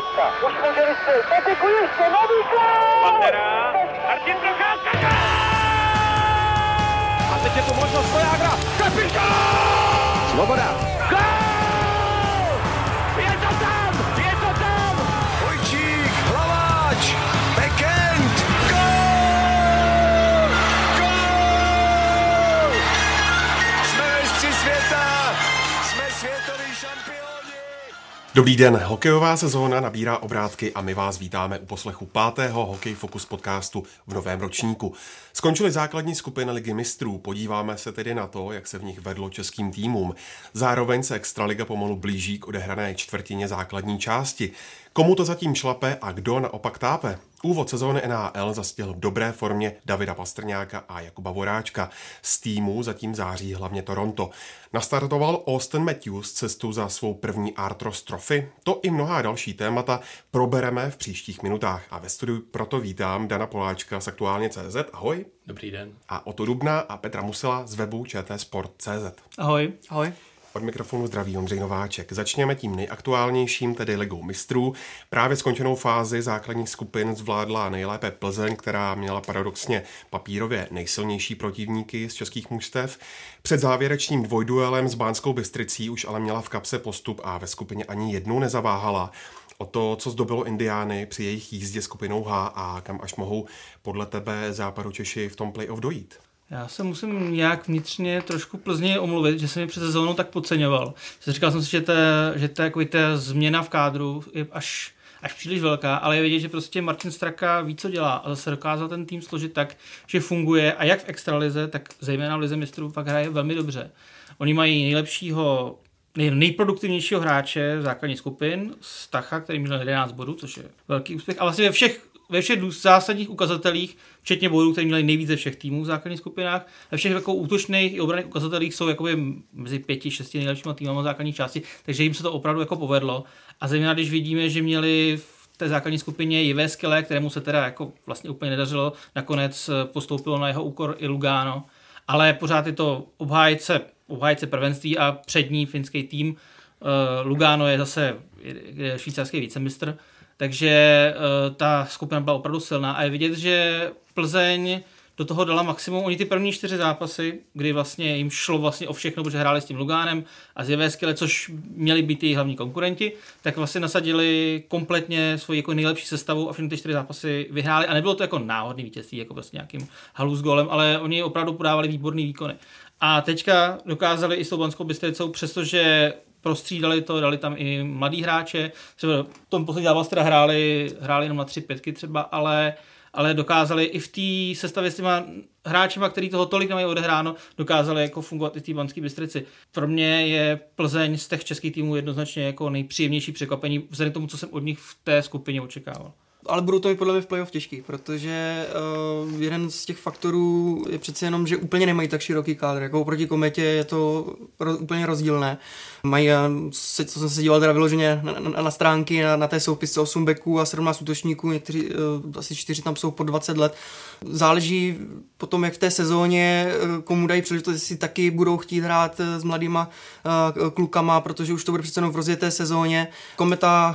Procházka. Už může vystřelit. Patiku ještě, nový gól! Pantera. Martin Procházka. A teď je tu možnost pro Jágra. Kapitán! Svoboda. Gól! Je to tam! Je to tam! Vojčík, Hlaváč, Bekend. Gól! Gól! Jsme mistři světa! Jsme světoví šampioni! Dobrý den, hokejová sezóna nabírá obrátky a my vás vítáme u poslechu 5. Hokej Focus podcastu v novém ročníku. Skončily základní skupiny Ligy mistrů, podíváme se tedy na to, jak se v nich vedlo českým týmům. Zároveň se Extraliga pomalu blíží k odehrané čtvrtině základní části. Komu to zatím šlape a kdo naopak tápe? Úvod sezóny NHL zastihl v dobré formě Davida Pastrňáka a Jakuba Voráčka. Z týmu zatím září hlavně Toronto. Nastartoval Auston Matthews cestu za svou první Artros Trophy? To i mnohá další témata probereme v příštích minutách. A ve studiu proto vítám Dana Poláčka z Aktuálně.cz. Ahoj. Dobrý den. A Oto Dubna a Petra Musila z webu čtsport.cz. Ahoj. Ahoj. Od mikrofonu zdraví Ondřej Nováček. Začněme tím nejaktuálnějším, tedy Ligou mistrů. Právě skončenou fázi základních skupin zvládla nejlépe Plzeň, která měla paradoxně papírově nejsilnější protivníky z českých mužstev. Před závěrečným dvojduelem s Banskou Bystricí už ale měla v kapse postup a ve skupině ani jednou nezaváhala. O to, co zdobilo Indiány při jejich jízdě skupinou H a kam až mohou podle tebe Západočeši v tom playoff dojít. Já se musím nějak vnitřně trošku Plzně omluvit, že jsem mi před sezónou tak podceňoval. Říkal jsem si, že ta změna v kádru je až příliš velká, ale je vidět, že prostě Martin Straka ví, co dělá a zase dokázal ten tým složit tak, že funguje a jak v extralize, tak zejména v lize mistrů fakt hraje velmi dobře. Oni mají nejproduktivnějšího hráče základní skupin, Stacha, který měl 11 bodů, což je velký úspěch. A vlastně ve všech zásadních ukazatelích, včetně bodů, který měli nejvíce všech týmů v základních skupinách, ve všech jako útočných i obranných ukazatelích jsou jakoby mezi 5-6 nejlepšíma týmama základní části, takže jim se to opravdu jako povedlo. A zejména když vidíme, že měli v té základní skupině J.V. Skele, kterému se teda jako vlastně úplně nedařilo, nakonec postoupilo na jeho úkor i Lugano, ale pořád je to obhájce prvenství a přední finský tým. Lugano je zase švýcarský vicemistr, takže ta skupina byla opravdu silná a je vidět, že Plzeň do toho dala maximum. Oni ty první 4 zápasy, kdy vlastně jim šlo vlastně o všechno, protože hráli s tím Lugánem a s J.V. Skele, což měli být jejich hlavní konkurenti, tak vlastně nasadili kompletně svoji jako nejlepší sestavu a všechny ty 4 zápasy vyhráli a nebylo to jako náhodný vítězství, jako vlastně nějakým halus golem, ale oni opravdu podávali výborný výkony. A teďka dokázali i s tou Banskou Bystricou, přestože prostřídali to, dali tam i mladý hráče, třeba v tom poslední zápas teda hráli jenom na 3-5 třeba, ale dokázali i v té sestavě s těma hráčima, který toho tolik nemají odehráno, dokázali jako fungovat i v té Banské Bystrici. Pro mě je Plzeň z těch českých týmů jednoznačně jako nejpříjemnější překvapení, vzhledem k tomu, co jsem od nich v té skupině očekával. Ale budou to i podle mě v playoff těžký, protože jeden z těch faktorů je přece jenom, že úplně nemají tak široký kádr. Jako oproti Kometě je to úplně rozdílné. Mají, co jsem se díval teda vyloženě na stránky, na té soupisce 8 backů a 17 útočníků, někteří, asi 4 tam jsou po 20 let. Záleží potom, jak v té sezóně komu dají příležitost, jestli taky budou chtít hrát s mladýma klukama, protože už to bude přece jenom v rozjeté sezóně. Kometa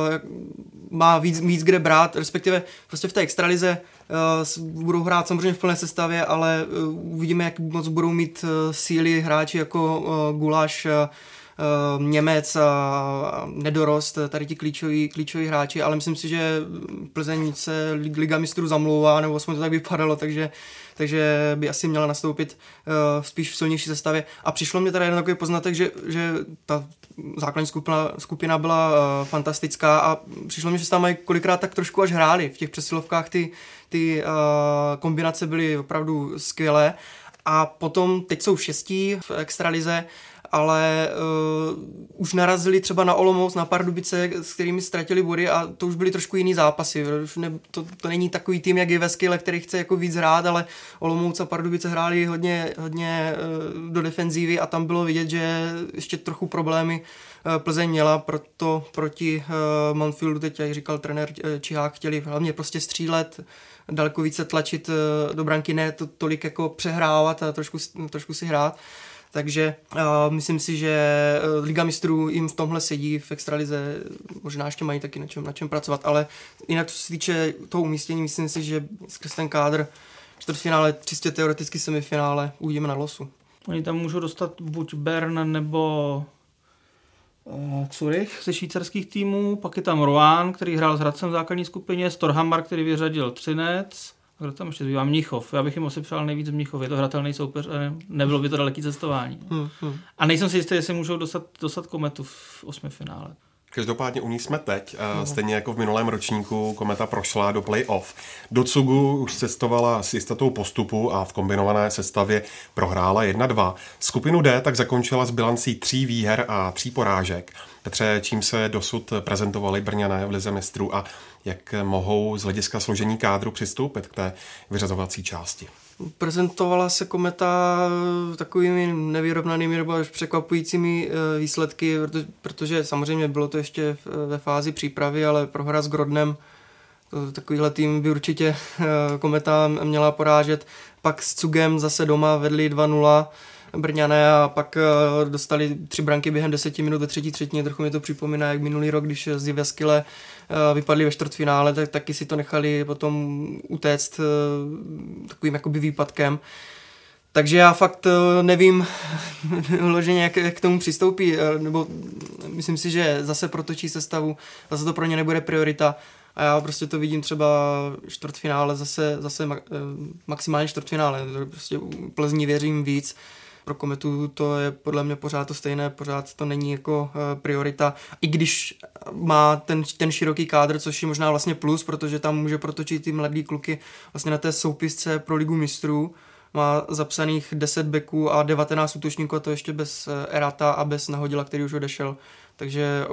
má víc kde brát, respektive prostě v té extralize budou hrát samozřejmě v plné sestavě, ale uvidíme, jak moc budou mít síly hráči jako Guláš, Němec a Nedorost, tady ti klíčoví hráči, ale myslím si, že Plzeň se Liga mistrů zamlouvá, nebo aspoň to tak vypadalo, takže by asi měla nastoupit spíš v silnější sestavě. A přišlo mě teda jeden takový poznatek, že ta základní skupina byla fantastická a přišlo mi, že se tam mají kolikrát tak trošku až hráli. V těch přesilovkách ty kombinace byly opravdu skvělé. A potom teď jsou 6 v extralize, ale už narazili třeba na Olomouc, na Pardubice, s kterými ztratili body a to už byly trošku jiný zápasy. To není takový tým, jak je ve Skyle, který chce jako víc hrát, ale Olomouc a Pardubice hráli hodně do defenzívy a tam bylo vidět, že ještě trochu problémy Plzeň měla, proto proti Manfieldu, teď jak říkal trenér Čihák, chtěli hlavně prostě střílet, daleko více tlačit do branky, ne tolik jako přehrávat a trošku si hrát. Takže myslím si, že Liga mistrů jim v tomhle sedí, v extralize možná ještě mají taky na čem pracovat, ale jinak co se týče toho umístění, myslím si, že skrz ten kádr čtvrtfinále, čistě teoreticky semifinále uvidíme na losu. Oni tam můžou dostat buď Bern nebo Zurich ze švýcarských týmů, pak je tam Rouen, který hrál s Hradcem v základní skupině, Storhamar, který vyřadil Třinec, a kdo tam ještě zbývá? Mnichov. Já bych jim asi přál nejvíc Mnichov, je to hratelný soupeř, nebylo by to daleký cestování. A nejsem si jistý, jestli můžou dostat Kometu v 8. finále. Každopádně u ní jsme teď, stejně jako v minulém ročníku Kometa prošla do play-off. Do Cugu už cestovala s jistotou postupu a v kombinované sestavě prohrála 1-2. Skupinu D tak zakončila s bilancí 3 výher a 3 porážek. Petře, čím se dosud prezentovali Brňané v lize mistrů a jak mohou z hlediska složení kádru přistoupit k té vyřazovací části? Prezentovala se Kometa takovými nevyrovnanými nebo překvapujícími výsledky, protože samozřejmě bylo to ještě ve fázi přípravy, ale prohra s Grodnem, takovýhle tým by určitě Kometa měla porážet. Pak s Cugem zase doma vedli 2-0 Brňané a pak dostali 3 branky během 10 minut ve třetí třetině. Trochu mi to připomíná, jak minulý rok, když z Jyväskylä vypadli ve čtvrtfinále, tak taky si to nechali potom utéct takovým jakoby výpadkem. Takže já fakt nevím vloženě, jak k tomu přistoupí, nebo myslím si, že zase protočí sestavu, zase to pro ně nebude priorita a já prostě to vidím třeba čtvrtfinále, zase maximálně čtvrtfinále, prostě Plzni věřím víc. Pro Kometu to je podle mě pořád to stejné, pořád to není jako priorita. I když má ten široký kádr, což je možná vlastně plus, protože tam může protočit ty mladý kluky vlastně na té soupisce pro Ligu mistrů. Má zapsaných 10 beků a 19 útočníků, a to ještě bez Erata a bez Nahodila, který už odešel. Takže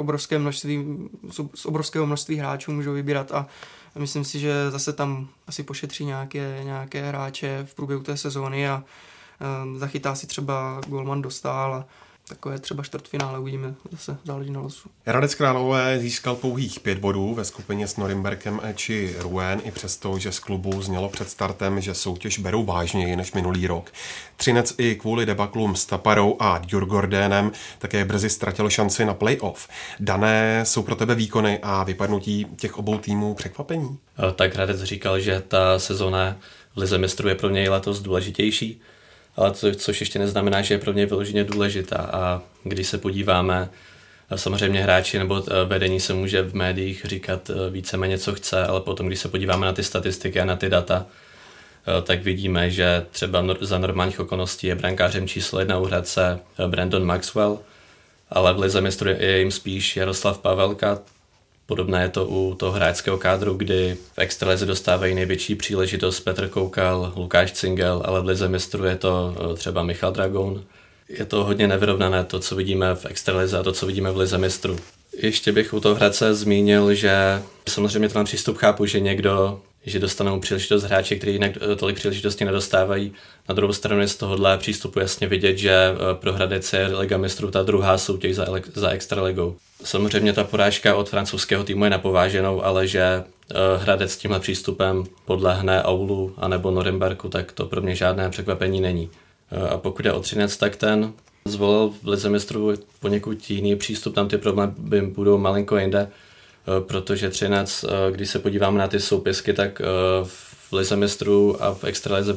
z obrovského množství hráčů můžou vybírat a myslím si, že zase tam asi pošetří nějaké hráče v průběhu té sezóny a zachytá si třeba Golman Dostál a takové třeba čtvrtfinále, uvidíme, zase záleží na losu. Hradec Králové získal pouhých 5 bodů ve skupině s Norimberkem či Rouen, i přesto, že z klubu znělo před startem, že soutěž berou vážněji než minulý rok. Třinec i kvůli debaklům s Taparou a Djurgårdenem také brzy ztratil šanci na play-off. Dané jsou pro tebe výkony a vypadnutí těch obou týmů překvapení? Tak Hradec říkal, že ta sezóna v lize mistrů je pro něj letos důležitější, ale což ještě neznamená, že je pro mě vyloženě důležitá. A když se podíváme, samozřejmě hráči nebo vedení se může v médiích říkat víceméně co chce, ale potom, když se podíváme na ty statistiky a na ty data, tak vidíme, že třeba za normálních okolností je brankářem číslo 1 u Hradce Brandon Maxwell, ale v lize mistrů je jim spíš Jaroslav Pavelka. Podobné je to u toho hráčského kádru, kdy v extralize dostávají největší příležitost Petr Koukal, Lukáš Cingel, ale v lize mistrů je to třeba Michal Dragoun. Je to hodně nevyrovnané to, co vidíme v extralize a to, co vidíme v lize mistrů. Ještě bych u toho Hradce zmínil, že samozřejmě ten přístup chápu, že dostanou příležitost hráči, kteří jinak tolik příležitostí nedostávají. Na druhou stranu je z tohohle přístupu jasně vidět, že pro Hradec je Liga mistrů ta druhá soutěž za extraligou. Samozřejmě ta porážka od francouzského týmu je napováženou, ale že Hradec s tímhle přístupem podlehne Oulu anebo Norimberku, tak to pro mě žádné překvapení není. A pokud je o Třinec, tak ten zvolil v lize mistrů poněkud jiný přístup, tam ty problémy budou malinko jinde, protože Třinec, když se podíváme na ty soupisky, tak v lize mistrů a v extralize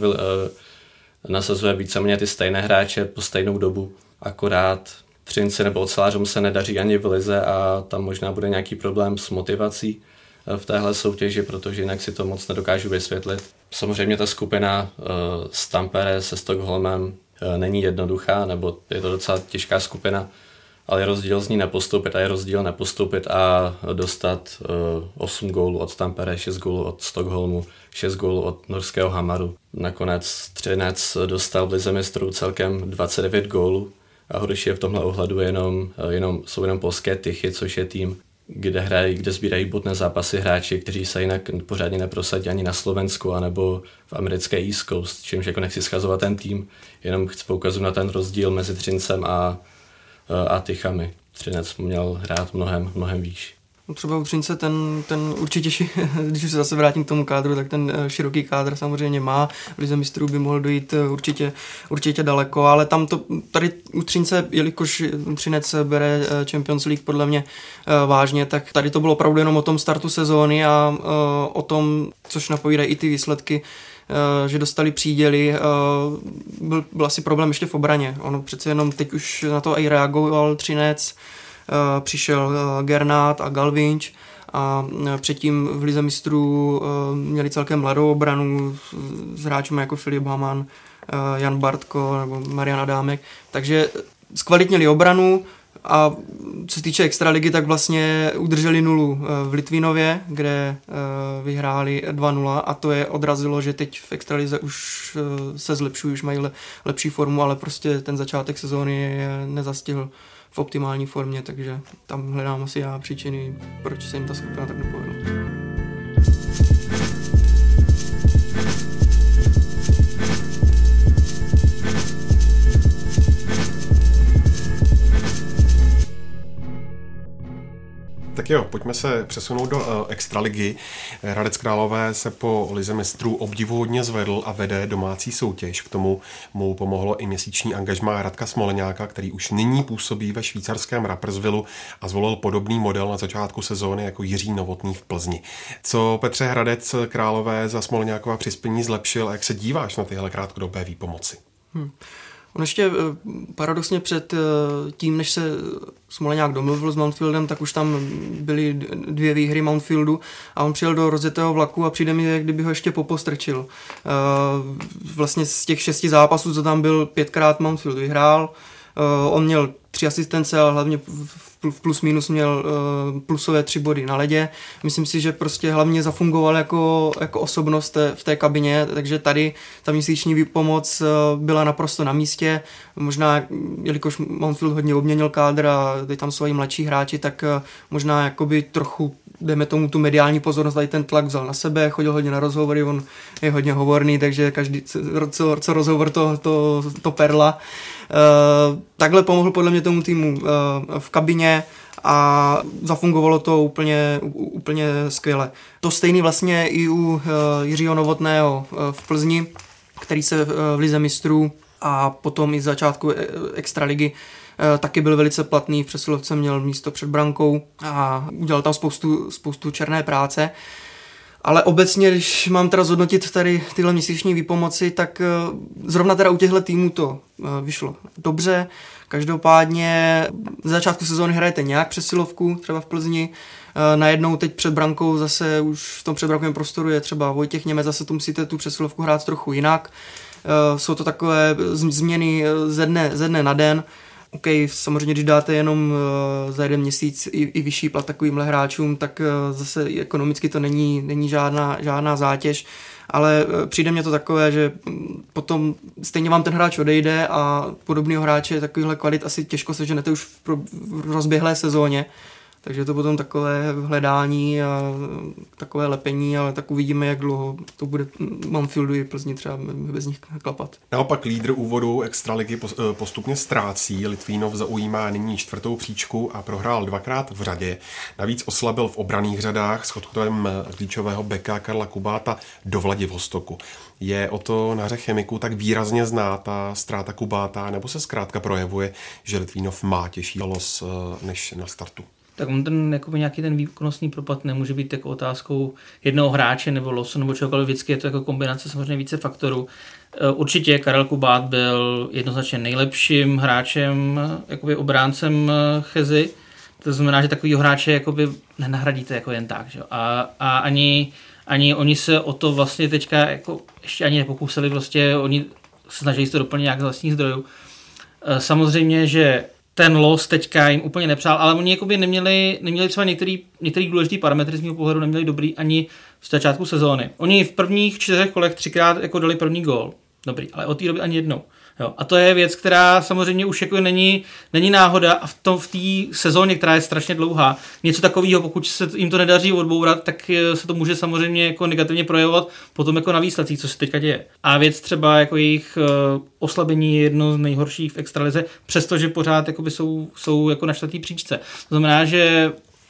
nasazuje víceméně ty stejné hráče po stejnou dobu, akorát Třinci nebo ocelářům se nedaří ani v lize a tam možná bude nějaký problém s motivací v téhle soutěži, protože jinak si to moc nedokážu vysvětlit. Samozřejmě ta skupina s Tampere se Stockholmem není jednoduchá, nebo je to docela těžká skupina, ale je rozdíl z ní nepostoupit a je rozdíl nepostoupit a dostat 8 gólů od Tampere, 6 gólů od Stockholmu, 6 gólů od norského Hamaru. Nakonec Třinec dostal v lize mistrů celkem 29 gólů a horší je v tomhle ohledu jsou jenom polské Tychy, což je tým, kde sbírají bodné zápasy hráči, kteří se jinak pořádně neprosadí ani na Slovensku anebo v americké East Coast, čímž jako nechci schazovat ten tým, jenom chci poukazovat na ten rozdíl mezi Třincem a Tychami. Třinec měl hrát mnohem výš. Třeba u Třince ten určitě, když se zase vrátím k tomu kádru, tak ten široký kádr samozřejmě má. V lize mistrů by mohl dojít určitě daleko, ale tady u Třince, jelikož Třinec bere Champions League podle mě vážně, tak tady to bylo opravdu jenom o tom startu sezóny a o tom, což napovídají i ty výsledky, že dostali příděly. Byl asi problém ještě v obraně. Ono přece jenom teď už na to i reagoval Třinec. Přišel Gernát a Galvinč a předtím v lize mistrů měli celkem mladou obranu s hráčům jako Filip Hamann, Jan Bartko nebo Marian Adámek. Takže zkvalitnili obranu a co se týče extraligy, tak vlastně udrželi 0 v Litvínově, kde vyhráli 2-0 a to je odrazilo, že teď v extralize už se zlepšují, už mají lepší formu, ale prostě ten začátek sezóny je nezastihl v optimální formě, takže tam hledám asi já příčiny, proč se jim ta skupina tak nepovedla. Tak jo, pojďme se přesunout do extraligy. Hradec Králové se po lize mistrů obdivuhodně zvedl a vede domácí soutěž. K tomu mu pomohlo i měsíční angažmá Radka Smoleňáka, který už nyní působí ve švýcarském Rapperswilu a zvolil podobný model na začátku sezóny jako Jiří Novotný v Plzni. Co Petře Hradec Králové za Smoleňákova přispění zlepšil a jak se díváš na tyhle krátkodobé výpomoci? On ještě paradoxně před tím, než se Smoleňák domluvil s Mountfieldem, tak už tam byly 2 výhry Mountfieldu a on přijel do rozjetého vlaku a přijde mi, jak kdyby ho ještě popostrčil. Vlastně z těch 6 zápasů, co tam byl, 5krát Mountfield vyhrál. On měl 3 asistence, ale hlavně v plus minus měl plusové 3 body na ledě. Myslím si, že prostě hlavně zafungoval jako osobnost v té kabině, takže tady ta měsíční výpomoc byla naprosto na místě. Možná, jelikož Mountfield hodně obměnil kádr a teď tam jsou i mladší hráči, tak možná jakoby trochu, dejme tomu, tu mediální pozornost, tady ten tlak vzal na sebe, chodil hodně na rozhovory, on je hodně hovorný, takže každý, co rozhovor, to perla. Takhle pomohl podle mě tomu týmu v kabině a zafungovalo to úplně skvěle. To stejný vlastně i u Jiřího Novotného v Plzni, který se v lize mistrů a potom i z začátku extraligy taky byl velice platný, v přesilovce měl místo před brankou a udělal tam spoustu černé práce. Ale obecně, když mám teda zhodnotit tady tyhle měsíční výpomoci, tak zrovna teda u těchto týmů to vyšlo dobře. Každopádně z začátku sezóny hrajete nějak přesilovku, třeba v Plzni. Najednou teď před brankou zase už v tom předbrankovém prostoru je třeba Vojtěch Němec, zase tu musíte tu přesilovku hrát trochu jinak. Jsou to takové změny ze dne na den. OK, samozřejmě, když dáte jenom za 1 měsíc i vyšší plat takovýmhle hráčům, tak zase ekonomicky to není žádná zátěž, ale přijde mně to takové, že potom stejně vám ten hráč odejde a podobného hráče takovýhle kvalit asi těžko seženete už v rozběhlé sezóně. Takže to potom takové hledání a takové lepení, ale tak uvidíme, jak dlouho to bude Mountfieldu i Plzni třeba bez nich klapat. Naopak lídr úvodu extraligy postupně ztrácí. Litvínov zaujímá nyní 4. příčku a prohrál 2krát v řadě. Navíc oslabil v obranných řadách s odchodem klíčového beka Karla Kubáta do Vladivostoku. Je o to na hře chemiků tak výrazně zná ta ztráta Kubáta, nebo se zkrátka projevuje, že Litvínov má těžší los než na startu? Tak on nějaký ten výkonnostní propad nemůže být jako otázkou jednoho hráče nebo losu nebo čehokoliv, vždycky je to jako kombinace samozřejmě více faktorů. Určitě Karel Kubát byl jednoznačně nejlepším hráčem, jakoby obráncem Chezy. To znamená, že takovýho hráče jakoby nenahradíte jako jen tak. Že? A ani oni se o to vlastně teďka jako ještě ani nepokusili, vlastně oni snažili se to doplnit nějak z vlastních zdrojů. Samozřejmě, že ten los teďka jim úplně nepřál, ale oni jakoby neměli třeba některý důležitý parametry z mého pohledu neměli dobrý ani v začátku sezóny. Oni v prvních 4 kolech 3krát jako dali první gól. Dobrý, ale od té doby ani jednou. Jo. A to je věc, která samozřejmě už jako není náhoda a v té sezóně, která je strašně dlouhá, něco takového, pokud se jim to nedaří odbourat, tak se to může samozřejmě jako negativně projevovat potom jako na výsledcích, co se teďka děje. A věc třeba jako jejich oslabení je jedno z nejhorších v extralize, přestože pořád jsou jako na 4. příčce. To znamená, že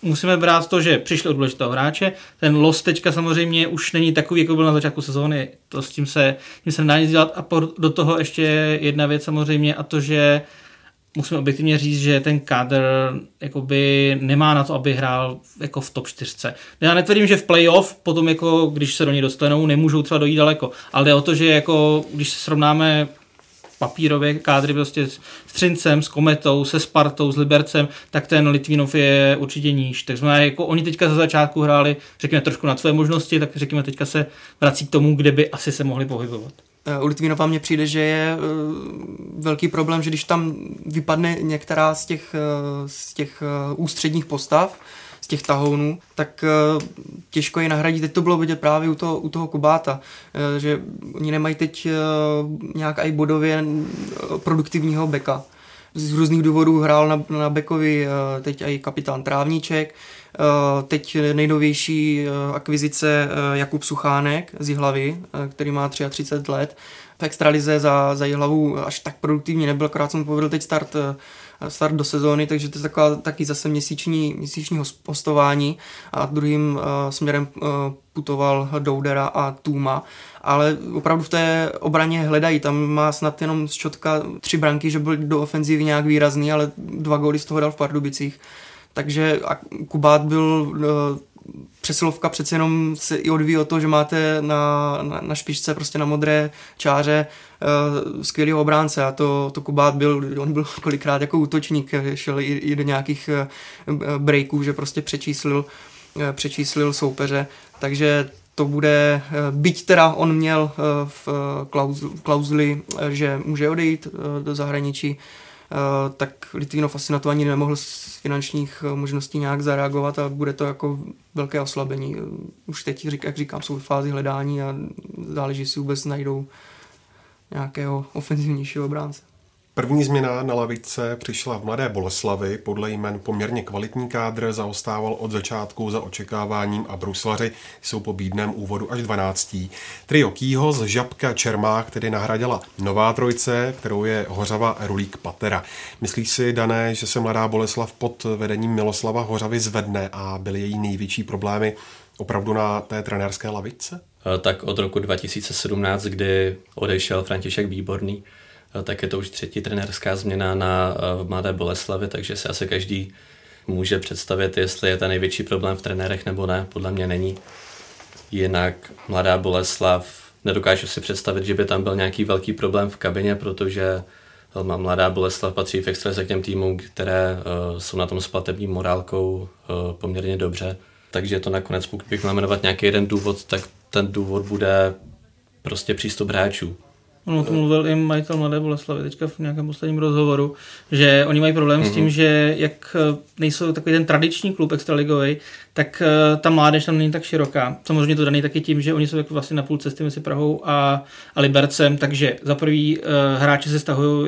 musíme brát to, že přišli od důležitého hráče. Ten los teďka samozřejmě už není takový, jako byl na začátku sezóny. To s tím se nedá nic dělat. A do toho ještě jedna věc samozřejmě, a to, že musíme objektivně říct, že ten kádr jakoby nemá na to, aby hrál jako v top 4. Já netvrdím, že v playoff potom, jako, když se do něj dostanou, nemůžou třeba dojít daleko. Ale jde o to, že jako, když se srovnáme papírově kádry prostě s Třincem, s Kometou, se Spartou, s Libercem, tak ten Litvinov je určitě níž. Tak znamená, jako oni teďka za začátku hráli, řekněme, trošku na své možnosti, tak řekněme, teďka se vrací k tomu, kde by asi se mohli pohybovat. U Litvinova mně přijde, že je velký problém, že když tam vypadne některá z těch ústředních postav, z těch tahounů, tak těžko je nahradit. Teď to bylo vidět právě u toho Kubáta, že oni nemají teď nějak i bodově produktivního beka. Z různých důvodů hrál na bekovi teď i kapitán Trávníček, teď nejnovější akvizice Jakub Suchánek z Jihlavy, který má 33 let. V extralize za Jihlavu až tak produktivní nebyl, akorát jsem mu povedl teď start do sezóny, takže to je taková taky zase měsíční hostování a druhým směrem putoval Doudera a Tuma, ale opravdu v té obraně hledají, tam má snad jenom z Čotka 3 branky, že byl do ofenzivy nějak výrazný, ale 2 góly z toho dal v Pardubicích, takže Kubát byl přesilovka přece jenom se i odvíjí od toho, že máte na špičce, prostě na modré čáře skvělého obránce a to Kubát on byl kolikrát jako útočník, šel i do nějakých breaků, že prostě přečíslil soupeře, takže to bude, byť teda on měl v klauzuli, že může odejít do zahraničí, tak Litvinov asi na to ani nemohl z finančních možností nějak zareagovat a bude to jako velké oslabení. Už teď, jak říkám, jsou v fázi hledání a záleží, jestli vůbec najdou nějakého ofenzivnějšího obránce. První změna na lavičce přišla v Mladé Boleslavi, podle jmen poměrně kvalitní kádr, zaostával od začátku za očekáváním a bruslaři jsou po bídném úvodu až 12. Trio Kýhoz, Žabka, Čermák tedy nahradila nová trojice, kterou je Hořava, Rulík, Patera. Myslíš si, Dané, že se Mladá Boleslav pod vedením Miloslava Hořavy zvedne a byly její největší problémy opravdu na té trenérské lavičce? Tak od roku 2017, kdy odešel František Výborný, tak je to už 3. trenérská změna v Mladé Boleslavi, takže si asi každý může představit, jestli je ten největší problém v trenérech nebo ne. Podle mě není. Jinak Mladá Boleslav, nedokážu si představit, že by tam byl nějaký velký problém v kabině, protože Mladá Boleslav patří v extralize k těm týmům, které jsou na tom s platební morálkou poměrně dobře. Takže to nakonec, pokud bych měl jmenovat nějaký jeden důvod, tak ten důvod bude prostě přístup hráčů. On to mluvil i majitel Mladé Boleslavy teďka v nějakém posledním rozhovoru, že oni mají problém s tím, že jak nejsou takový ten tradiční klub extraligový, tak ta mládež tam není tak široká. Samozřejmě to daný taky tím, že oni jsou jako vlastně na půl cesty mezi Prahou a Libercem, takže za prvý hráči se stahují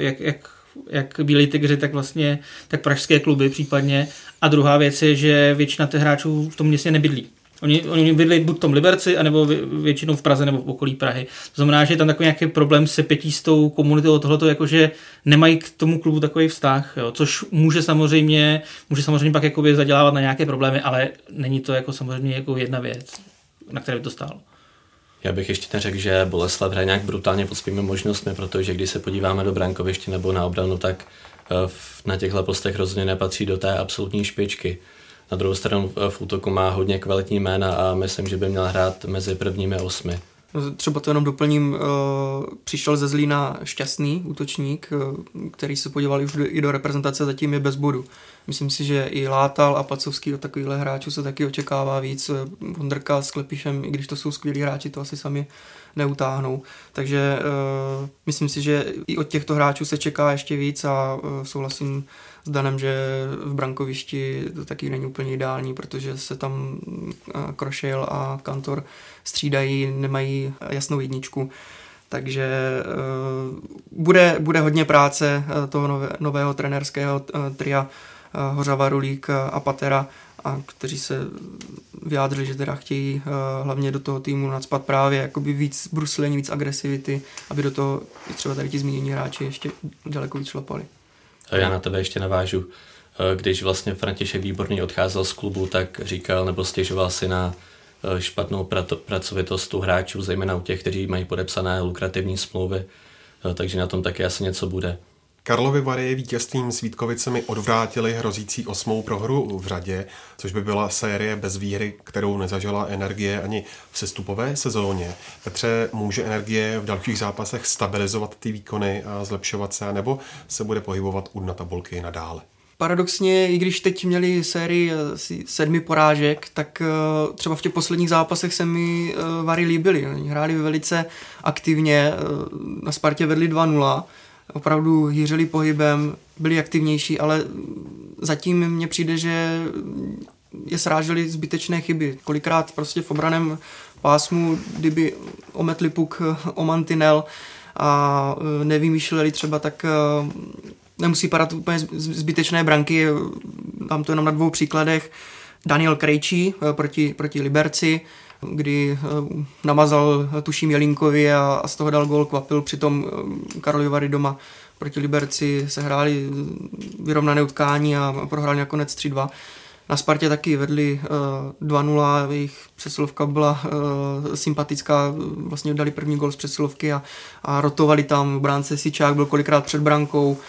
jak Bílí tygři, tak pražské kluby případně. A druhá věc je, že většina těch hráčů v tom městě nebydlí. Oni bydlí buď v tom Liberci, anebo většinou v Praze nebo v okolí Prahy. To znamená, že je tam takový nějaký problém se pětí s tou komunitou tohleto, jakože nemají k tomu klubu takový vztah, jo, což může samozřejmě pak jakoby zadělávat na nějaké problémy, ale není to jako samozřejmě jako jedna věc, na které by to stálo. Já bych ještě neřekl, že Boleslav hraje nějak brutálně pod svými možnostmi, protože když se podíváme do brankoviště nebo na obranu, tak na těchto postech rozhodně nepatří do té absolutní špičky. Na druhou stranu v útoku má hodně kvalitní jména a myslím, že by měl hrát mezi prvními 8. Třeba to jenom doplním, přišel ze Zlína Šťastný útočník, který se podíval už i do reprezentace, zatím je bez bodu. Myslím si, že i Látal a Pacovský od takovýchhle hráčů se taky očekává víc. Vondrka s Klepišem, i když to jsou skvělí hráči, to asi sami neutáhnou. Takže myslím si, že i od těchto hráčů se čeká ještě víc a souhlasím s Danem, že v brankovišti to taky není úplně ideální, protože se tam Krošel a Kantor střídají, nemají jasnou jedničku. Takže bude hodně práce toho nového trenérského tria Hořava, Rulík a Patera, a kteří se vyjádřili, že teda chtějí hlavně do toho týmu nacpat právě jakoby víc bruslení, víc agresivity, aby do toho třeba tady ti zmínění hráči ještě daleko víc šlapali. Já na tebe ještě navážu. Když vlastně František Výborný odcházel z klubu, tak říkal nebo stěžoval si na špatnou pracovitost u hráčů, zejména u těch, kteří mají podepsané lukrativní smlouvy, takže na tom taky asi něco bude. Karlovy Vary vítězstvím s Vítkovicemi odvrátili hrozící 8. prohru v řadě, což by byla série bez výhry, kterou nezažila Energie ani v sestupové sezóně. Petře, může Energie v dalších zápasech stabilizovat ty výkony a zlepšovat se, nebo se bude pohybovat u dna tabulky nadále? Paradoxně, i když teď měli sérii 7 porážek, tak třeba v těch posledních zápasech se mi Vary líbily. Oni hráli velice aktivně, na Spartě vedli 2-0, opravdu hýřili pohybem, byli aktivnější, ale zatím mně přijde, že je srážely zbytečné chyby. Kolikrát prostě v obraném pásmu, kdyby ometli puk o mantinel a nevymýšleli třeba, tak nemusí padat úplně zbytečné branky. Dám to jenom na 2 příkladech. Daniel Krejčí proti Liberci, kdy namazal tuším Jelínkovi a z toho dal gól, kvapil. Přitom Karlovy Vary doma proti Liberci se hráli vyrovnané utkání a prohráli nakonec 3-2. Na Spartě taky vedli 2-0, jejich přesilovka byla sympatická, vlastně dali první gól z přesilovky a rotovali tam, bránce Sičák byl kolikrát před brankou,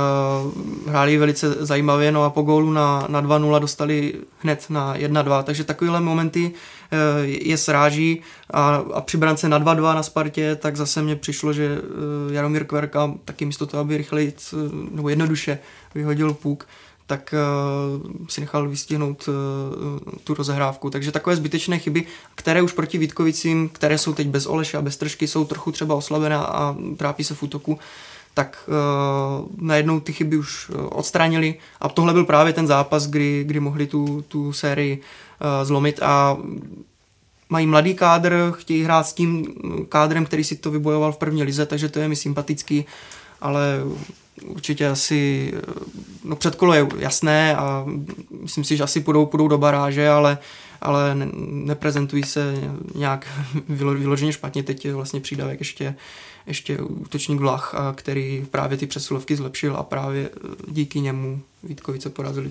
hráli velice zajímavě, no a po gólu na 2-0 dostali hned na 1-2, takže takovéhle momenty je sráží a při brance na 2-2 na Spartě, tak zase mně přišlo, že Jaromír Kverka taky místo toho, aby rychleji nebo jednoduše vyhodil puk, tak si nechal vystihnout tu rozehrávku. Takže takové zbytečné chyby, které už proti Vítkovicím, které jsou teď bez Oleše a bez Tržky, jsou trochu třeba oslabené a trápí se v útoku, tak najednou ty chyby už odstranili a tohle byl právě ten zápas, kdy mohli tu sérii zlomit a mají mladý kádr, chtějí hrát s tím kádrem, který si to vybojoval v první lize, takže to je mi sympatický, ale určitě asi, no předkolo je jasné a myslím si, že asi půjdou do baráže, ale neprezentují se nějak vyloženě špatně. Teď je vlastně přídavek ještě útočník Vlach, který právě ty přesilovky zlepšil a právě díky němu Vítkovice porazili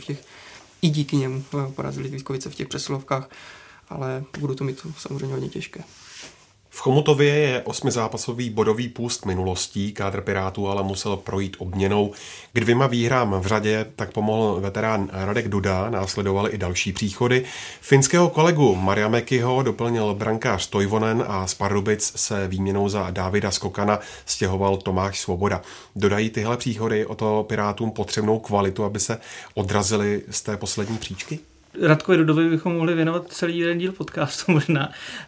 v těch přesilovkách, ale budou to mít samozřejmě hodně těžké. V Chomutově je 8zápasový bodový půst minulostí, kádr Pirátů ale musel projít obměnou. K 2 výhrám v řadě tak pomohl veterán Radek Duda, následovaly i další příchody. Finského kolegu Marjamäkiho doplnil brankář Toivonen a z Pardubic se výměnou za Davida Skokana stěhoval Tomáš Svoboda. Dodají tyhle příchody o to Pirátům potřebnou kvalitu, aby se odrazili z té poslední příčky? Radkovi Dudovi bychom mohli věnovat celý jeden díl podcastu možná.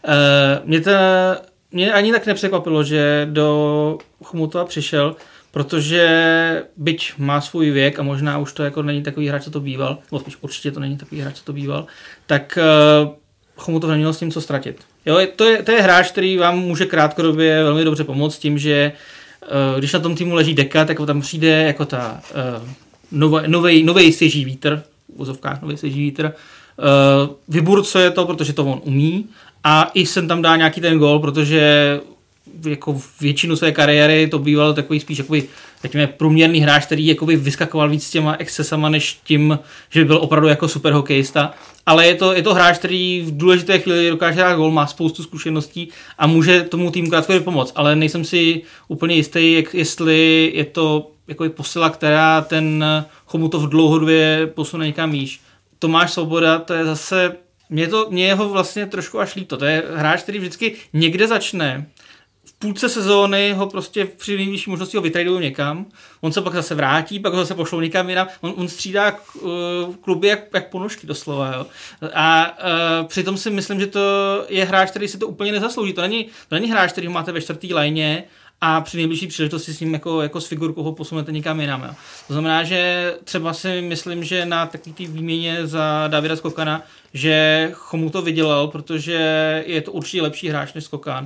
Mě ani tak nepřekvapilo, že do Chomutova přišel, protože byť má svůj věk a možná už to jako není takový hráč, co to býval, nebo spíš určitě to není takový hráč, co to býval, tak Chomutov neměl s tím co ztratit. Jo, to je hráč, který vám může krátkodobě velmi dobře pomoct tím, že když na tom týmu leží deka, tak tam přijde jako ta novej svěží vítr, v vozovkách nový svěží vítr, vyburcuje to, protože to on umí a i sem tam dá nějaký ten gól, protože jako většinu své kariéry to býval takový spíš jakoby, řekněme, průměrný hráč, který jakoby vyskakoval víc s těma excesama, než tím, že by byl opravdu jako super hokejista. Ale je to hráč, který v důležité chvíli dokáže hrát gól, má spoustu zkušeností a může tomu týmu krátkodobě pomoct. Ale nejsem si úplně jistý, jestli je to jako posila, která ten Chomutov dlouhodobě posune někam výš. Tomáš Svoboda, to je zase, mě jeho vlastně trošku až líto. To je hráč, který vždycky někde začne. V půlce sezóny ho prostě při nejvyšší možnosti ho vytradují někam, on se pak zase vrátí, pak ho zase pošlou někam jinam, on střídá kluby jak ponožky doslova. Jo. A přitom si myslím, že to je hráč, který si to úplně nezaslouží. To není hráč, který ho máte ve 4. lajně a při nejbližší příležitosti s ním jako s figurkou ho posunete někam jinam. Jo. To znamená, že třeba si myslím, že na takový té výměně za Davida Skokana, že Chomutov vydělal, protože je to určitě lepší hráč než Skokan.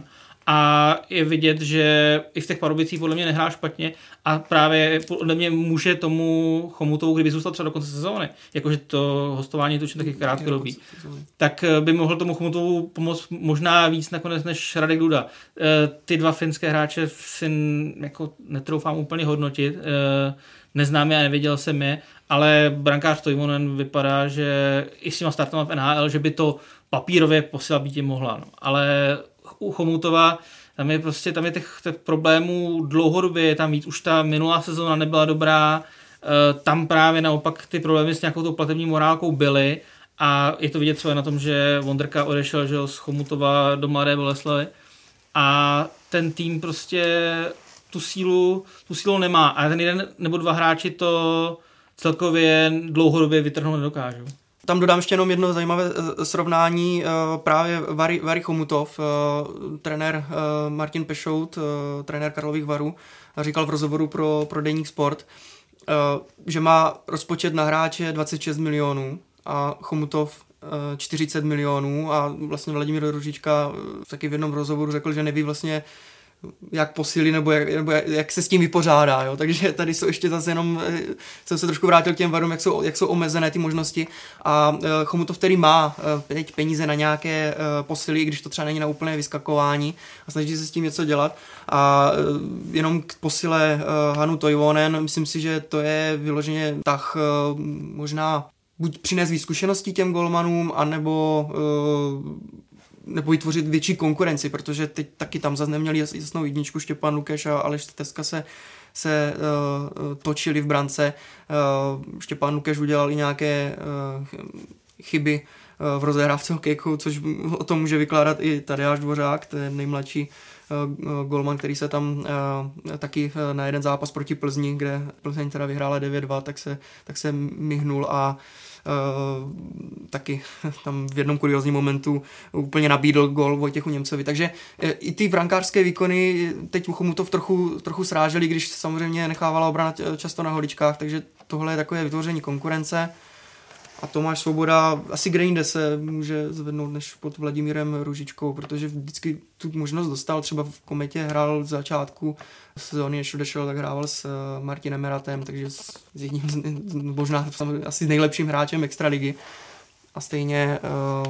a je vidět, že i v těch Pardubicích podle mě nehrál špatně a právě podle mě může tomu Chomutovu, kdyby zůstal třeba do konce sezóny, jakože to hostování je to taky krátkodobý, tak by mohl tomu Chomutovu pomoct možná víc nakonec než Radek Duda. Ty dva finské hráče si jako netroufám úplně hodnotit, neznám je a neviděl jsem je, ale brankář Toivonen vypadá, že i s těma startama v NHL, že by to papírově posila být mohla. No. Ale u Chomutova tam je těch problémů dlouhodobě, je tam víc, už ta minulá sezóna nebyla dobrá, tam právě naopak ty problémy s nějakou tou platební morálkou byly a je to vidět třeba na tom, že Vondrka odešel že z Chomutova do Mladé Boleslavi a ten tým prostě tu sílu nemá a ten jeden nebo dva hráči to celkově dlouhodobě vytrhnout nedokážou. Tam dodám ještě jenom jedno zajímavé srovnání, právě Vary Chomutov, trenér Martin Pešout, trenér Karlových Varů, říkal v rozhovoru pro Deník Sport, že má rozpočet na hráče 26 milionů a Chomutov 40 milionů a vlastně Vladimír Růžička taky v jednom rozhovoru řekl, že neví vlastně jak posílí nebo jak se s tím vypořádá, jo? Takže tady jsou ještě zase jenom, jsem se trošku vrátil k těm Varům, jak jsou omezené ty možnosti a Chomutov, který má teď peníze na nějaké posily, když to třeba není na úplné vyskakování a snaží se s tím něco dělat a jenom k posile Hanu Toivonen, myslím si, že to je vyloženě tah možná buď přinést víc zkušeností těm golmanům, anebo vytvořit větší konkurenci, protože teď taky tam zase neměli jasnou jedničku, Štěpán Lukeš a Aleš Teska se točili v brance. Štěpán Lukeš udělal i nějaké chyby v rozehrávce hokejku, což o tom může vykládat i Tadeáš Dvořák, ten nejmladší golman, který se tam taky na jeden zápas proti Plzni, kde Plzeň teda vyhrála 9-2, tak se myhnul a taky tam v jednom kuriózním momentu úplně nabídl gól Vojtěchu Němcovi. Takže i ty brankářské výkony teď Chomutov trochu sráželi, když samozřejmě nechávala obrana často na holičkách, takže tohle je takové vytvoření konkurence. A Tomáš Svoboda asi kde jinde se může zvednout než pod Vladimírem Růžičkou, protože vždycky tu možnost dostal. Třeba v Kometě hrál v začátku sezóny, než odešel, tak hrával s Martinem Meratem, takže s jedním možná asi s nejlepším hráčem extraligy. A stejně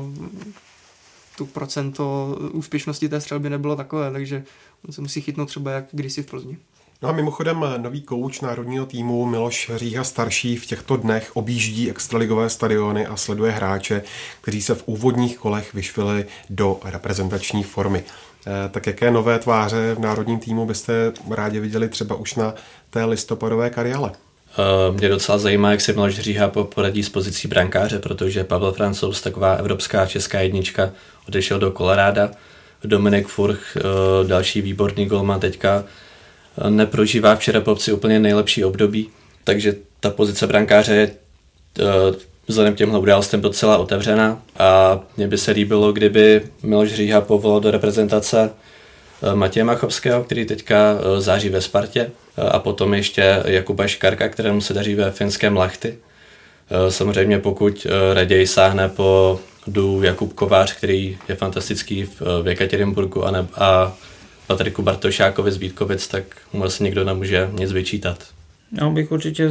tu procento úspěšnosti té střelby nebylo takové, takže on se musí chytnout třeba jak kdysi v Plzni. No a mimochodem nový kouč národního týmu Miloš Říha starší v těchto dnech objíždí extraligové stadiony a sleduje hráče, kteří se v úvodních kolech vyšvili do reprezentační formy. Tak jaké nové tváře v národním týmu byste rádi viděli třeba už na té listopadové kariále? Mě docela zajímá, jak se Miloš Říha poradí s pozicí brankáře, protože Pavel Francouz, taková evropská česká jednička, odešel do Koloráda. Dominik Furch, další výborný golman, teďka neprožívá v Čerepolci úplně nejlepší období, takže ta pozice brankáře je vzhledem k těmhle událostem docela otevřená a mně by se líbilo, kdyby Miloš Říha povolal do reprezentace Matěje Machovského, který teďka září ve Spartě a potom ještě Jakuba Škarka, kterému se daří ve finském Lahti. Samozřejmě pokud raději sáhne po jdu Jakub Kovář, který je fantastický v Jekatěrinburgu a Patriku Bartošákovi z Vítkovic, tak mu asi nikdo nemůže nic vyčítat. Já bych určitě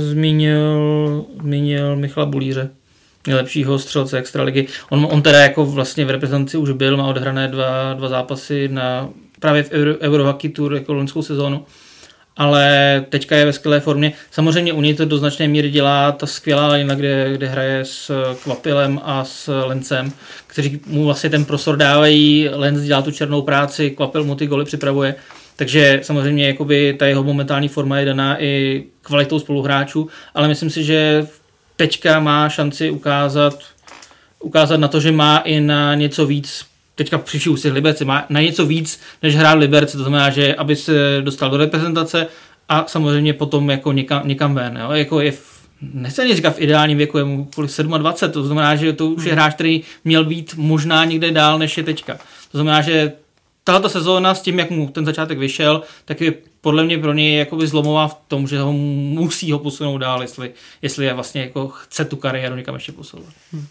zmínil Michala Bulíře, nejlepšího střelce extraligy. On teda jako vlastně v reprezentaci už byl, má odehrané dva zápasy právě v Eurohockey Tour jako loňskou sezónu, ale teďka je ve skvělé formě. Samozřejmě u něj to do značné míry dělá ta skvělá lina, kde hraje s Kvapilem a s Lencem, kteří mu vlastně ten prostor dávají, Lenc dělá tu černou práci, Kvapil mu ty goly připravuje, takže samozřejmě jakoby ta jeho momentální forma je daná i kvalitou spoluhráčů, ale myslím si, že teďka má šanci ukázat na to, že má i na něco víc. Teďka přišel ústěch Liberce, má na něco víc, než hrát Liberce, to znamená, že aby se dostal do reprezentace a samozřejmě potom jako někam ven. Jo? Jako nechci ani říkat v ideálním věku, je mu kvůli 27, to znamená, že to už je hráč, který měl být možná někde dál, než je teďka. To znamená, že tato sezóna s tím, jak mu ten začátek vyšel, tak je podle mě pro něj jakoby zlomová v tom, že musí ho posunout dál, jestli je vlastně jako chce tu kariéru někam ještě posouvat.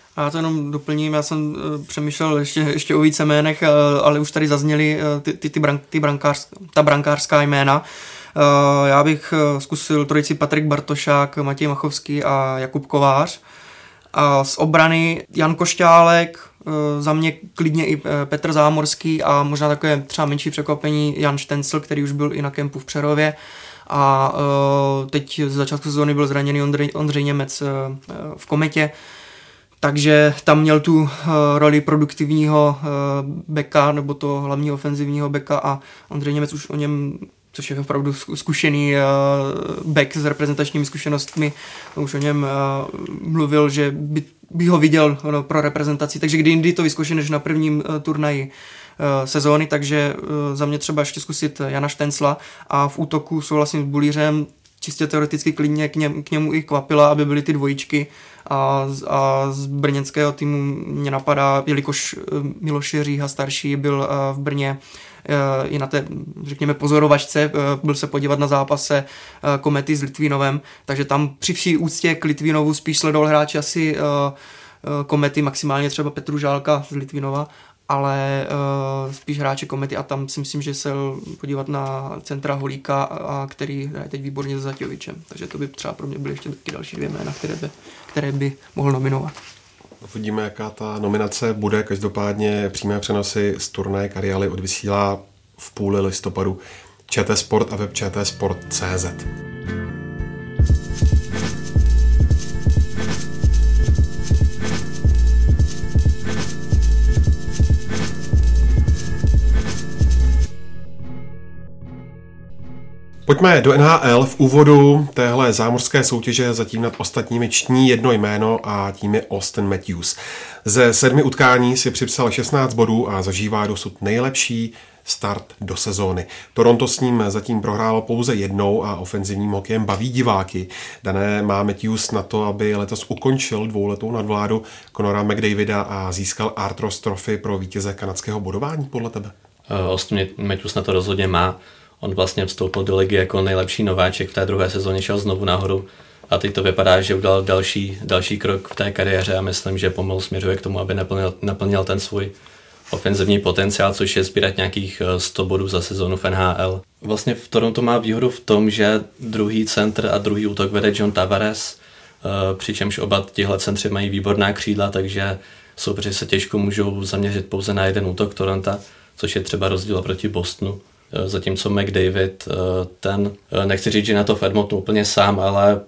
A já to jenom doplním, já jsem přemýšlel ještě o více jménech, ale už tady zazněly ta brankářská jména. Já bych zkusil trojici Patrik Bartošák, Matěj Machovský a Jakub Kovář. A z obrany Jan Košťálek, za mě klidně i Petr Zámorský a možná takové třeba menší překvapení Jan Štencl, který už byl i na kempu v Přerově. A teď z začátku sezóny byl zraněný Ondřej Němec v Kometě. Takže tam měl tu roli produktivního beka, nebo toho hlavního ofenzivního beka a Ondřej Němec už o něm, což je opravdu zkušený back s reprezentačními zkušenostmi, už o něm mluvil, že by ho viděl pro reprezentaci, takže kdy jindy to vyzkouší než na prvním turnaji sezóny, takže za mě třeba ještě zkusit Jana Štencla a v útoku souhlasím s Bulířem, čistě teoreticky klidně k němu i Kvapila, aby byly ty dvojičky a z brněnského týmu mě napadá, jelikož Miloš Říha starší byl v Brně i na té, řekněme, pozorovačce, byl se podívat na zápase Komety s Litvínovem, takže tam při vší úctě k Litvínovu spíš sledoval hráči asi Komety, maximálně třeba Petru Žálka z Litvínova, ale spíš hráče Komety a tam si myslím, že se podívat na centra Holíka, který hraje teď výborně s Zaťovičem. Takže to by třeba pro mě byly ještě taky další dvě jména, které by mohl nominovat. Uvidíme, jaká ta nominace bude. Každopádně přímé přenosy z turnaje Cariali odvysílá v půli listopadu ČT Sport a web čtsport.cz. Pojďme do NHL. V úvodu téhle zámořské soutěže zatím nad ostatními čtní jedno jméno a tím je Auston Matthews. Ze 7 utkání si připsal 16 bodů a zažívá dosud nejlepší start do sezóny. Toronto s ním zatím prohrálo pouze jednou a ofenzivním hokejem baví diváky. Dané má Matthews na to, aby letos ukončil dvouletou nadvládu Conora McDavida a získal Artros Trophy pro vítěze kanadského bodování podle tebe? Auston Matthews na to rozhodně má. On vlastně vstoupil do ligy jako nejlepší nováček, v té druhé sezóně šel znovu nahoru a teď to vypadá, že udělal další krok v té kariéře a myslím, že pomalu směřuje k tomu, aby naplnil ten svůj ofenzivní potenciál, což je sbírat nějakých 100 bodů za sezónu v NHL. Vlastně v Toronto má výhodu v tom, že druhý centr a druhý útok vede John Tavares, přičemž oba tihle centři mají výborná křídla, takže soupeři se těžko můžou zaměřit pouze na jeden útok Toronto, což je třeba rozdíl proti Bostonu. Zatímco McDavid, ten, nechci říct, že na to v Edmontonu úplně sám, ale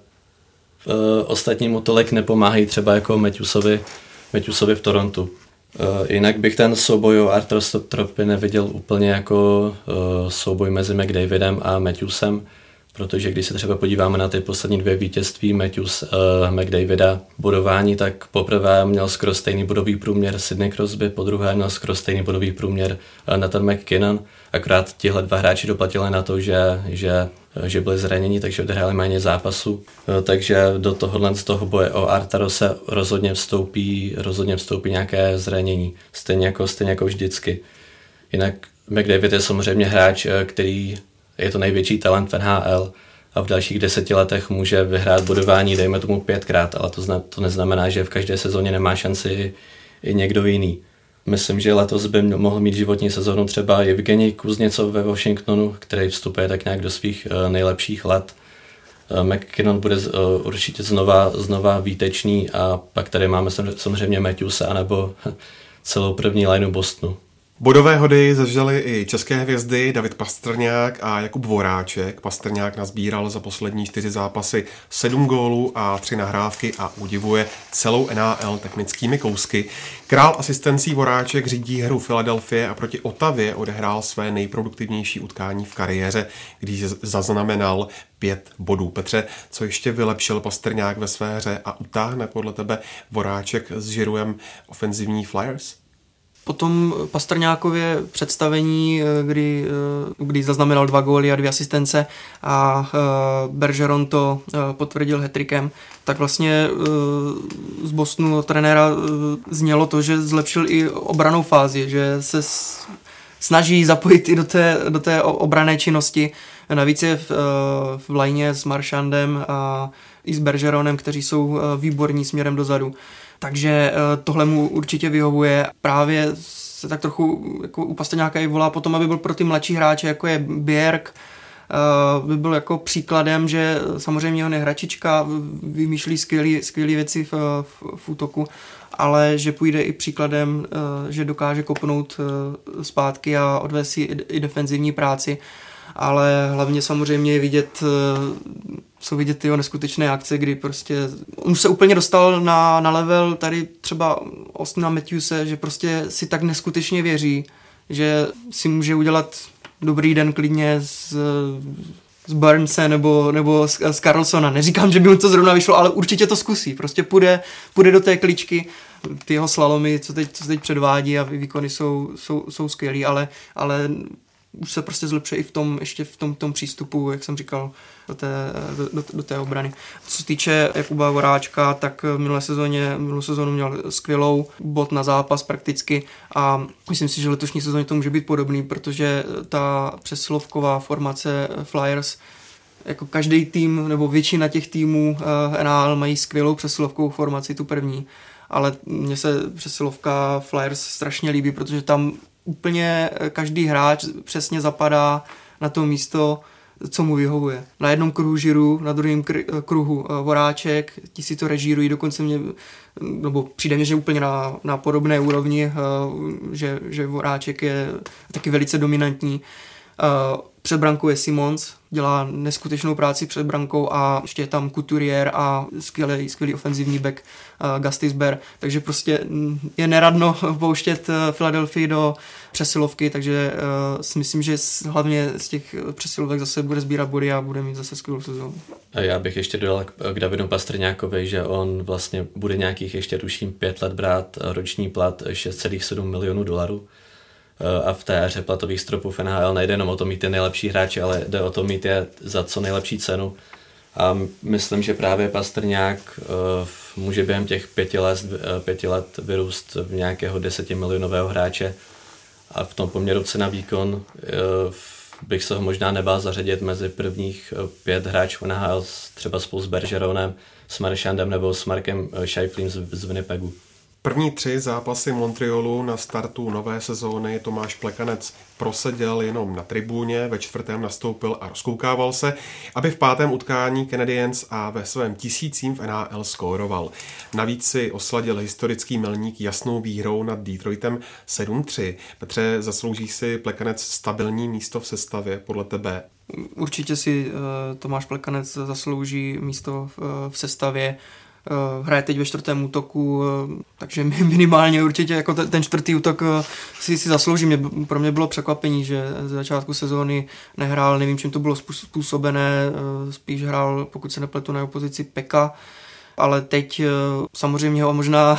ostatnímu tolik nepomáhají třeba jako Matthewsovi v Torontu. Jinak bych ten souboj o Artros Trophy neviděl úplně jako souboj mezi McDavidem a Matthewsem, protože když se třeba podíváme na ty poslední 2 vítězství McDavida bodování, tak poprvé měl skoro stejný bodový průměr Sidney Crosby, po druhé měl skoro stejný bodový průměr Nathan McKinnon, akorát tihle 2 hráči doplatili na to, že byli zraněni, takže odehráli méně zápasů, takže do tohohle z toho boje o Artarose rozhodně vstoupí nějaké zranění, stejně jako vždycky. Jinak McDavid je samozřejmě hráč, který je to největší talent v NHL a v dalších 10 letech může vyhrát bodování, dejme tomu 5krát, ale to neznamená, že v každé sezóně nemá šanci i někdo jiný. Myslím, že letos by mohl mít životní sezónu třeba Evgenij Kuzněcov ve Washingtonu, který vstupuje tak nějak do svých nejlepších let. McKinnon bude určitě znova výtečný a pak tady máme samozřejmě Matthewse anebo celou první lineu Bostonu. Bodové hody zažili i české hvězdy David Pastrňák a Jakub Voráček. Pastrňák nazbíral za poslední 4 zápasy 7 gólů a 3 nahrávky a udivuje celou NHL technickými kousky. Král asistencí Voráček řídí hru Philadelphie a proti Ottawě odehrál své nejproduktivnější utkání v kariéře, když zaznamenal 5 bodů. Petře, co ještě vylepšil Pastrňák ve své hře a utáhne podle tebe Voráček s Žiruem ofenzivní Flyers? Po tom Pastrňákově představení, kdy zaznamenal 2 góly a 2 asistence a Bergeron to potvrdil hat-trickem, tak vlastně z Bostonu od trenéra znělo to, že zlepšil i obrannou fázi, že se snaží zapojit i do té obranné činnosti. Navíc je v lajně s Marchandem a i s Bergeronem, kteří jsou výborní směrem dozadu. Takže tohle mu určitě vyhovuje. Právě se tak trochu jako u Pastrňáka i volá potom, aby byl pro ty mladší hráče, jako je Bjerg, by byl jako příkladem, že samozřejmě on je hračička, vymýšlí skvělé věci v útoku, ale že půjde i příkladem, že dokáže kopnout zpátky a odvést si i defenzivní práci, ale hlavně samozřejmě jsou vidět ty neskutečné akce, kdy prostě on se úplně dostal na level tady třeba Austina Matthewse, že prostě si tak neskutečně věří, že si může udělat dobrý den klidně z Burnse nebo z Carlsona. Neříkám, že by mu to zrovna vyšlo, ale určitě to zkusí. Prostě půjde do té kličky. Ty jeho slalomy, co teď předvádí a výkony jsou skvělý, ale už se prostě zlepšuje i ještě v tom přístupu, jak jsem říkal, do té obrany. Co se týče Jakuba Voráčka, tak minulou sezónu měl skvělou bod na zápas prakticky a myslím si, že letošní sezóně to může být podobný, protože ta přesilovková formace Flyers, jako každý tým nebo většina těch týmů NHL mají skvělou přesilovkovou formaci, tu první, ale mně se přesilovka Flyers strašně líbí, protože tam úplně každý hráč přesně zapadá na to místo, co mu vyhovuje. Na jednom kruhu Žiru, na druhém kruhu Voráček, ti si to režírují, dokonce přijde mě, že úplně na podobné úrovni, že Voráček je taky velice dominantní. Před brankou je Simons, dělá neskutečnou práci před brankou a ještě je tam Couturier a skvělý ofenzivní back Gastisber, takže prostě je neradno pouštět Philadelphii do přesilovky, takže si myslím, že hlavně z těch přesilovek zase bude sbírat body a bude mít zase skvělou sezónu. A já bych ještě dodal k Davidu Pastrňákovi, že on vlastně bude nějakých ještě tuším 5 let brát roční plat $6,7 milionů. A v té éře platových stropů v NHL nejde jenom o to mít ty nejlepší hráči, ale jde o to mít je za co nejlepší cenu. A myslím, že právě Pastrňák může během těch 5 let vyrůst v nějakého 10 milionového hráče a v tom poměru cena výkon bych se ho možná nebál zařadit mezi prvních 5 hráčů NHL, třeba spolu s Bergeronem, s Marchandem nebo s Markem Scheiflem z Winnipegu. První 3 zápasy Montrealu na startu nové sezóny Tomáš Plekanec proseděl jenom na tribuně, ve 4. nastoupil a rozkoukával se, aby v 5. utkání Canadiens a ve svém 1000. v NHL skóroval. Navíc si osladil historický milník jasnou výhrou nad Detroitem 7-3. Petře, zaslouží si Plekanec stabilní místo v sestavě podle tebe? Určitě si Tomáš Plekanec zaslouží místo v sestavě. Hraje teď ve 4. útoku, takže minimálně určitě jako ten 4. útok si zaslouží. Pro mě bylo překvapení, že z začátku sezóny nehrál, nevím, čím to bylo způsobené, spíš hrál, pokud se nepletu, na opozici Peka, ale teď samozřejmě ho možná,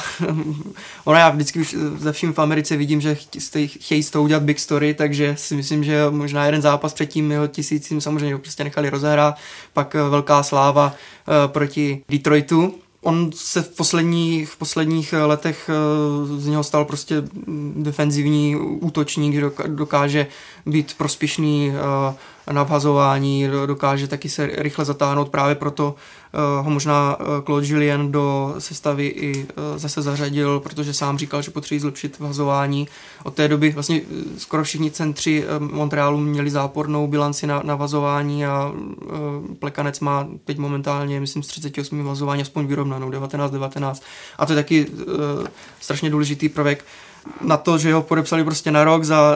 já vždycky ze vším v Americe vidím, že chtějí z toho udělat big story, takže si myslím, že možná jeden zápas před tím jeho 1000 samozřejmě ho prostě nechali rozehrát, pak velká sláva proti Detroitu. On se v posledních letech z něho stal prostě defenzivní útočník, že dokáže být prospěšný na vhazování, dokáže taky se rychle zatáhnout, právě proto ho možná Claude Julien do sestavy i zase zařadil, protože sám říkal, že potřebuje zlepšit vhazování. Od té doby vlastně skoro všichni centři Montrealu měli zápornou bilanci na vhazování a Plekanec má teď momentálně, myslím, z 38 vhazování aspoň vyrovnanou, 19-19. A to je taky strašně důležitý prvek na to, že ho podepsali prostě na rok za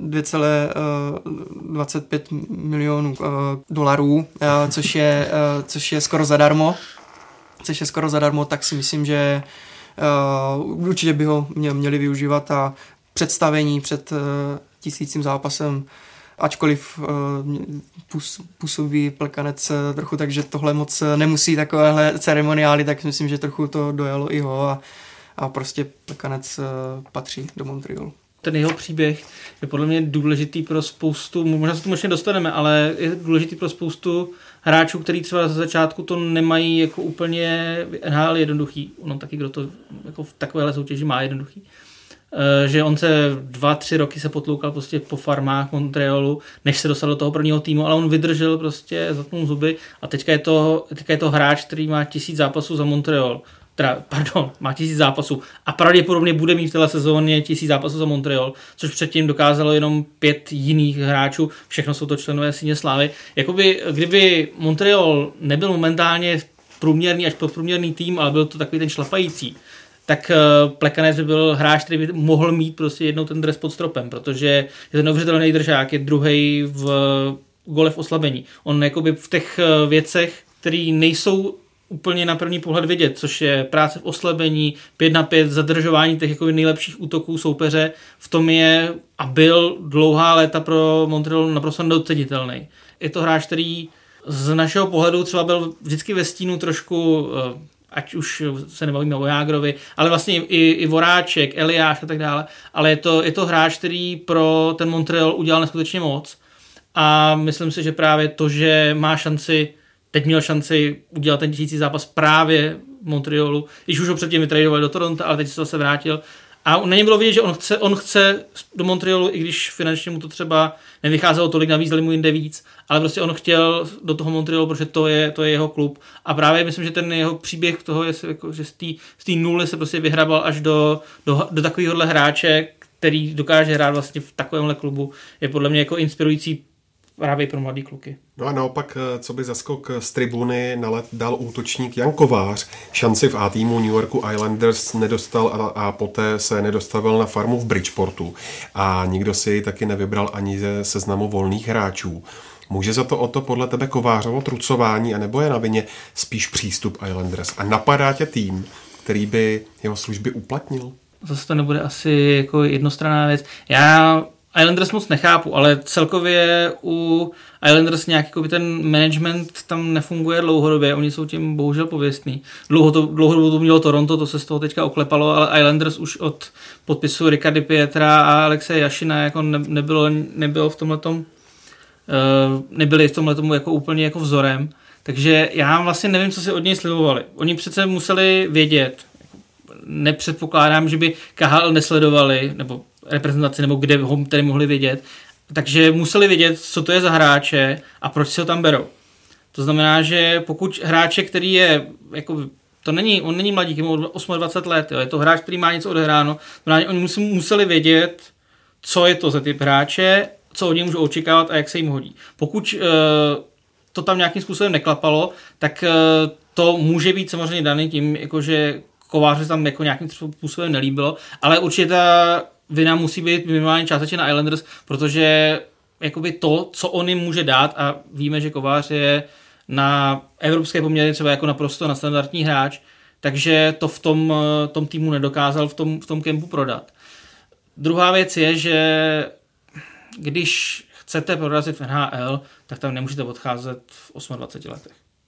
$2,25 milionů, což je skoro zadarmo, tak si myslím, že určitě by ho měli využívat a představení před 1000. zápasem, ačkoliv působí Plekanec trochu, takže tohle moc nemusí takovéhle ceremoniály, tak myslím, že trochu to dojalo i ho a prostě Plekanec patří do Montrealu. Ten jeho příběh je podle mě důležitý pro spoustu, možná se tomu ještě dostaneme, ale je důležitý pro spoustu hráčů, kteří třeba za začátku to nemají jako úplně NHL jednoduchý. Ono taky, kdo to jako v takovéhle soutěži má jednoduchý. Že on se 2-3 roky se potloukal prostě po farmách Montrealu, než se dostal do toho prvního týmu, ale on vydržel prostě, zatnul zuby a teďka je to hráč, který má 1000 zápasů za Montreal. má 1000 zápasů a pravděpodobně bude mít v téhle sezóně 1000 zápasů za Montreal, což předtím dokázalo jenom 5 jiných hráčů, všechno jsou to členové síně slávy. Jakoby, kdyby Montreal nebyl momentálně průměrný až podprůměrný tým, ale byl to takový ten šlapající, tak Plekanec by byl hráč, který by mohl mít prostě jednou ten dres pod stropem, protože je to neuvěřitelný držák, je druhej v gole v oslabení. On jakoby v těch věcech, které nejsou úplně na první pohled vidět, což je práce v oslabení, 5-5, zadržování těch jako nejlepších útoků soupeře, v tom je a byl dlouhá léta pro Montreal naprosto nedocenitelný. Je to hráč, který z našeho pohledu třeba byl vždycky ve stínu trošku, ať už se nebavíme o Jágrovi, ale vlastně i Voráček, Eliáš a tak dále, ale je to hráč, který pro ten Montreal udělal neskutečně moc a myslím si, že právě to, že má šanci, teď měl šanci udělat ten 1000 zápas právě v Montrealu, když už ho předtím vytradovali do Toronto, ale teď se zase vrátil. A na něm bylo vidět, že on chce do Montrealu, i když finančně mu to třeba nevycházelo tolik, navíc dali mu jinde víc, ale prostě on chtěl do toho Montrealu, protože to je jeho klub. A právě myslím, že ten jeho příběh toho je, jako, že z té nuly se prostě vyhrabal až do takovéhohle hráče, který dokáže hrát vlastně v takovémhle klubu, je podle mě jako inspirující právě pro mladý kluky. No a naopak, co by za skok z tribuny na led dal útočník Jan Kovář. Šanci v A týmu New Yorku Islanders nedostal a poté se nedostavil na farmu v Bridgeportu. A nikdo si ji taky nevybral ani ze seznamu volných hráčů. Může za to o to podle tebe Kovářovo trucování, anebo je na vině spíš přístup Islanders? A napadá tě tým, který by jeho služby uplatnil? Zase to nebude asi jako jednostranná věc. Já Islanders moc nechápu, ale celkově u Islanders nějak jako by ten management tam nefunguje dlouhodobě, oni jsou tím bohužel pověstní. Dlouhodobě to mělo Toronto, to se z toho teďka oklepalo, ale Islanders už od podpisu Ricka DiPietra a Alexeje Jašina jako nebylo v tomhletom, nebyli v tomhletomu jako úplně jako vzorem, takže já vlastně nevím, co si od něj slibovali. Oni přece museli vědět, nepředpokládám, že by KHL nesledovali, nebo reprezentaci, nebo kde ho tady mohli vědět. Takže museli vědět, co to je za hráče a proč si ho tam berou. To znamená, že pokud hráče, který je, jako, on není mladík, mu 28 let, jo, je to hráč, který má něco odehráno, oni museli vědět, co je to za typ hráče, co od něj můžou očekávat a jak se jim hodí. Pokud to tam nějakým způsobem neklapalo, tak to může být samozřejmě daný tím, jakože Kovář se tam jako nějakým způsobem nelíbilo, ale určitě ta vina musí být minimálně částečně na Islanders, protože jakoby to, co on jim může dát, a víme, že Kovář je na evropské poměry třeba jako naprosto nadstandardní hráč, takže to v tom týmu nedokázal v tom kempu prodat. Druhá věc je, že když chcete prorazit v NHL, tak tam nemůžete odcházet v 28 letech.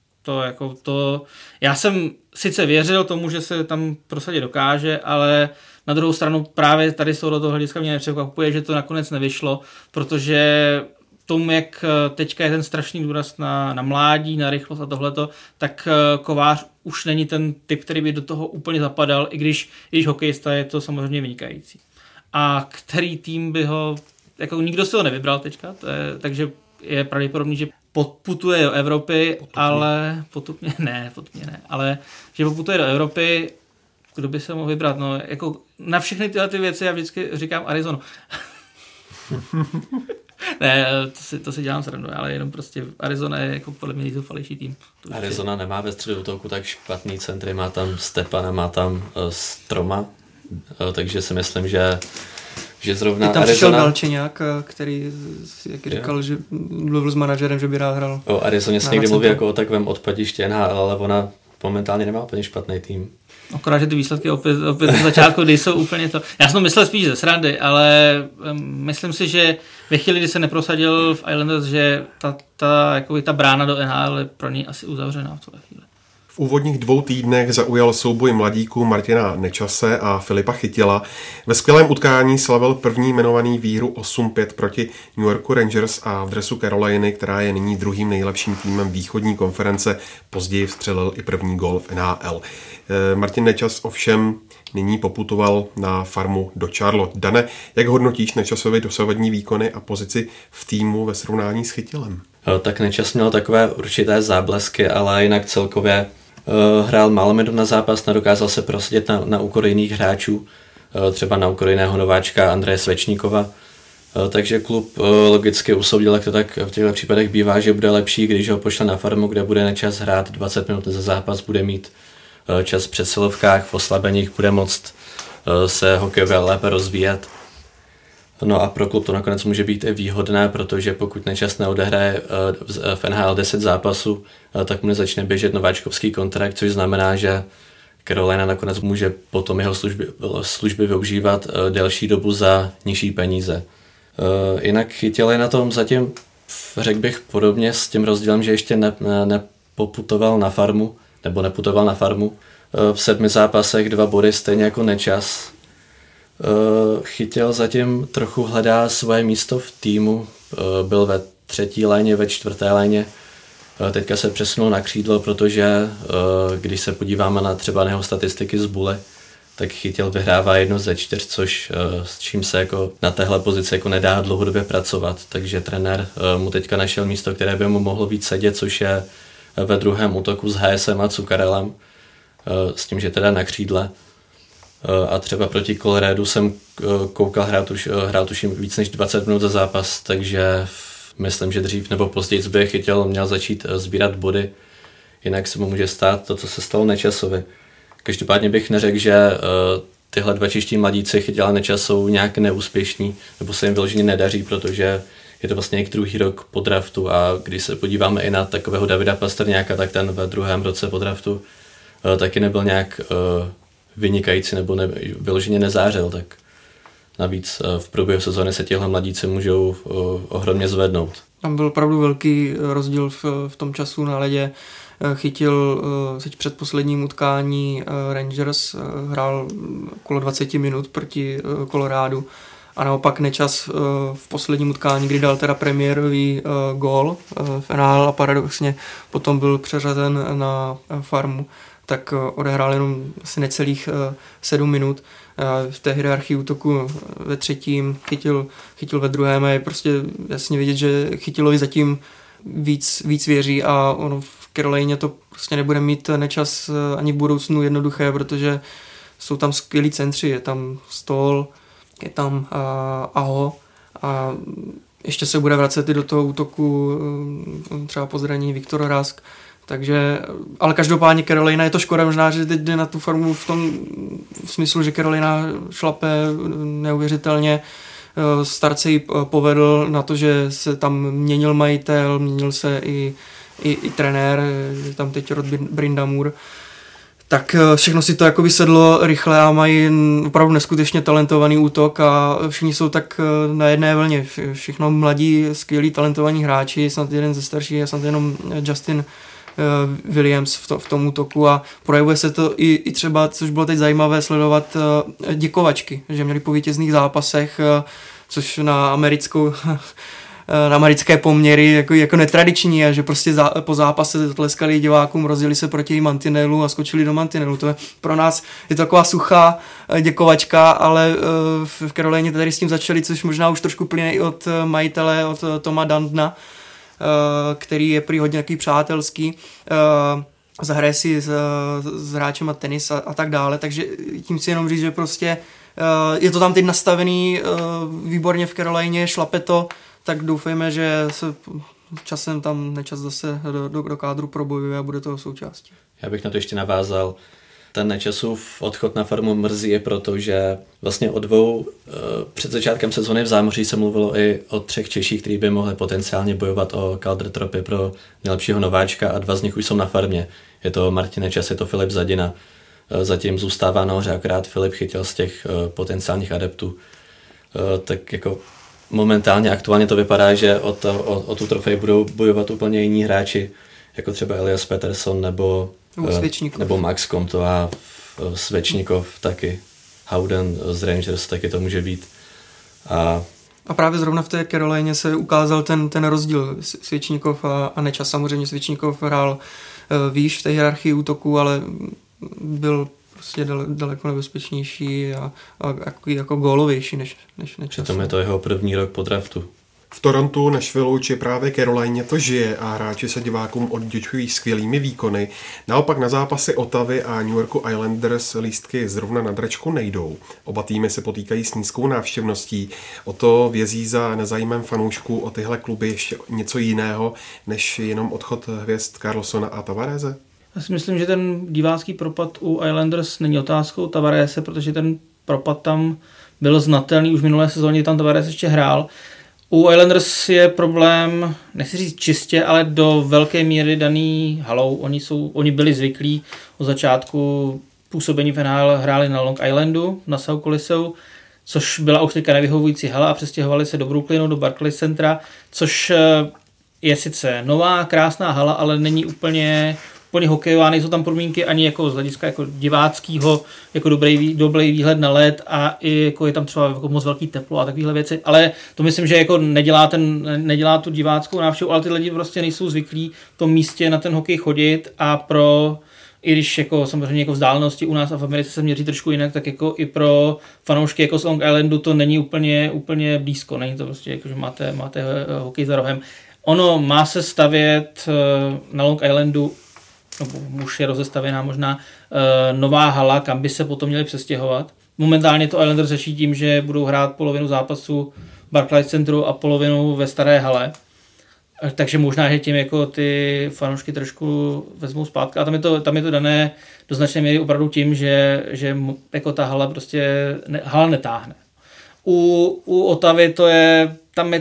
Já jsem sice věřil tomu, že se tam prosadit dokáže, ale na druhou stranu právě tady z tohoto hlediska mě nepřekvapuje, že to nakonec nevyšlo, protože tomu, jak teďka je ten strašný důraz na mládí, na rychlost a tohleto, tak Kovář už není ten typ, který by do toho úplně zapadal, i když hokejista je to samozřejmě vynikající. A který tým by ho, jako nikdo si ho nevybral teďka, takže je pravděpodobný, že poputuje do Evropy, ale potupně ne, ale že poputuje do Evropy, kdo by se mohl vybrat, no jako na všechny tyhle ty věci já vždycky říkám Arizonu. Ne, to si dělám srandu, ale jenom prostě Arizona je jako podle mě nejzoufalejší tým. Arizona nemá ve středu útoku tak špatný centry, má tam Stepana, má tam Stroma, takže si myslím, že zrovna tam Arizona... přišel Dalčeňák, který, jak říkal, že mluvil s manažerem, že by rád hrál. O Arizoně se někdy mluví jako o takovém odpadiště NHL, ale ona momentálně nemá úplně špatný tým. Akorát, že ty výsledky opět na začátku, kdy jsou úplně to... Já jsem to myslel spíš ze srandy, ale myslím si, že ve chvíli, kdy se neprosadil v Islanders, že ta brána do NHL je pro něj asi uzavřená v tuhle chvíli. V úvodních 2 týdnech zaujal souboj mladíků Martina Nečase a Filipa Chytila. Ve skvělém utkání slavil první jmenovaný výhru 8-5 proti New Yorku Rangers a v dresu Caroliny, která je nyní druhým nejlepším týmem východní konference, později vstřelil i první gól v NHL. Martin Nečas ovšem nyní poputoval na farmu do Charlotte. Dane, jak hodnotíš Nečasovi dosavadní výkony a pozici v týmu ve srovnání s Chytilem? Tak Nečas měl takové určité záblesky, ale jinak celkově Hrál málo minut na zápas, nedokázal se prosadit na úkor jiných hráčů, třeba na úkor jiného nováčka Andreje Svečníkova. Takže klub logicky usoudil, jak to tak v těchto případech bývá, že bude lepší, když ho pošle na farmu, kde bude nečas hrát 20 minut za zápas, bude mít čas v přesilovkách, v oslabeních, bude moct se hokejově lépe rozvíjet. No a pro klub to nakonec může být i výhodné, protože pokud nečas neodehraje v NHL 10 zápasů, tak mu nezačne běžet nováčkovský kontrakt, což znamená, že Carolina nakonec může potom jeho služby využívat delší dobu za nižší peníze. Jinak Chytil na tom zatím, řekl bych, podobně s tím rozdílem, že ještě neputoval na farmu. V 7 zápasech 2 body, stejně jako Nečas. Chytil zatím trochu hledá svoje místo v týmu, byl ve 3. léně, ve 4. léně. Teďka se přesunul na křídlo, protože když se podíváme na třeba jeho statistiky z Buly, tak Chytil vyhrává 1 ze 4, což s čím se jako na téhle pozici jako nedá dlouhodobě pracovat. Takže trenér mu teďka našel místo, které by mu mohlo víc sedět, což je ve druhém útoku s HSem a Cukarelem, s tím, že teda na křídle. A třeba proti Coloradu jsem koukal, hrál tuším víc než 20 minut za zápas, takže myslím, že dřív nebo později by Chytil měl začít sbírat body, jinak se mu může stát to, co se stalo Nečasovi. Každopádně bych neřekl, že tyhle 2 čeští mladíci Chytil a Nečas jsou nějak neúspěšní, nebo se jim vyloženě nedaří, protože je to vlastně jejich 2. rok po draftu a když se podíváme i na takového Davida Pastrňáka, tak ten ve 2. roce po draftu taky nebyl nějak vynikající nebo vyloženě nezářil, tak navíc v průběhu sezóny se těhle mladíci můžou ohromně zvednout. Tam byl opravdu velký rozdíl v tom času na ledě. Chytil teď před posledním utkání Rangers, hrál okolo 20 minut proti Colorádu a naopak Nečas v posledním utkání, kdy dal teda premiérový gól v NHL a paradoxně potom byl přeřazen na farmu, tak odehrál jenom asi necelých 7 minut. V té hierarchii útoku ve 3. Chytil ve 2. a je prostě jasně vidět, že Chytilovi zatím víc věří a ono v Carolině to prostě nebude mít Nečas ani v budoucnu jednoduché, protože jsou tam skvělí centři, je tam Stoll, je tam Aho a ještě se bude vracet i do toho útoku třeba po zranění Viktor Rask. Takže, ale každopádně Carolina je to škoda možná, že teď jde na tu farmu v smyslu, že Carolina šlape neuvěřitelně. Start se jí povedl na to, že se tam měnil majitel, měnil se i trenér, je tam teď Rod Brindamur. Tak všechno si to jako vysedlo rychle a mají opravdu neskutečně talentovaný útok a všichni jsou tak na jedné vlně. Všechno mladí, skvělí, talentovaní hráči, snad jeden ze starších, snad jenom Justin Williams v tom útoku a projevuje se to i třeba, což bylo teď zajímavé sledovat, děkovačky, že měli po vítězných zápasech, což na americké poměry jako netradiční a že prostě po zápase tleskali divákům, rozjeli se proti mantinelu a skočili do mantinelu. To je pro nás je to taková suchá děkovačka, ale v Carolině tady s tím začali, což možná už trošku plyne i od majitele, od Toma Dundna, který je prý hodně takový přátelský, zahraje si s hráčem a tenis a tak dále, takže tím si jenom říct, že prostě je to tam teď nastavený výborně v Carolině, šlape to, tak doufejme, že se časem tam Nečas zase do kádru probojuje a bude toho součástí. Já bych na to ještě navázal. Ten Nečasův odchod na farmu mrzí je proto, že vlastně o 2 před začátkem sezóny v zámoří se mluvilo i o 3 Češích, kteří by mohli potenciálně bojovat o Calder Trophy pro nejlepšího nováčka a 2 z nich už jsou na farmě. Je to Martin Nečas, je to Filip Zadina. Zatím zůstává nahoře akorát Filip Chytil z těch potenciálních adeptů. Tak jako momentálně, aktuálně to vypadá, že o tu trofej budou bojovat úplně jiní hráči, jako třeba Elias Pettersson nebo Max Comto a Svečníkov taky. Howden z Rangers taky to může být. A právě zrovna v té Carolině se ukázal ten rozdíl Svečníkov a Nečas. Samozřejmě Svečníkov hrál výš v té hierarchii útoku, ale byl prostě daleko nebezpečnější a jako gólovější než Nečas. Přitom je to jeho první rok po draftu. V Torontu, Nashvilleu či právě Carolině to žije a hráči se divákům odděčují skvělými výkony. Naopak na zápasy Ottavy a New Yorku Islanders lístky zrovna na dračku nejdou. Oba týmy se potýkají s nízkou návštěvností. O to vězí za nezájmem fanoušků o tyhle kluby ještě něco jiného, než jenom odchod hvězd Karlssona a Tavarese? Já si myslím, že ten divácký propad u Islanders není otázkou Tavarese, protože ten propad tam byl znatelný už v minulé sezóně, tam Tavares ještě hrál. U Islanders je problém, nechci říct čistě, ale do velké míry daný halou. Oni byli zvyklí od začátku působení v NHL, hráli na Long Islandu, na South Coliseu, což byla už teďka nevyhovující hala a přestěhovali se do Brooklynu, do Barclays Centra, což je sice nová, krásná hala, ale není úplně hokejová, nejsou tam podmínky ani jako z hlediska jako diváckého, jako dobrý výhled na led a i jako je tam třeba jako moc velký teplo a takovéhle věci, ale to myslím, že jako nedělá tu diváckou návštěvu, ale ty lidi prostě nejsou zvyklí v tom místě na ten hokej chodit a i když jako samozřejmě jako vzdálenosti u nás a v Americe se měří trošku jinak, tak jako i pro fanoušky jako z Long Islandu to není úplně blízko, není to prostě jako, že máte hokej za rohem. Ono má se stavět na Long Islandu, už je rozestavěná možná nová hala, kam by se potom měli přestěhovat. Momentálně to Islanders řeší tím, že budou hrát polovinu zápasu v Barclays Centru a polovinu ve staré hale. Takže možná, že tím jako ty fanoušky trošku vezmou zpátky. A tam je to dané do značné míry opravdu tím, že jako ta hala prostě hala netáhne. U Ottavy to je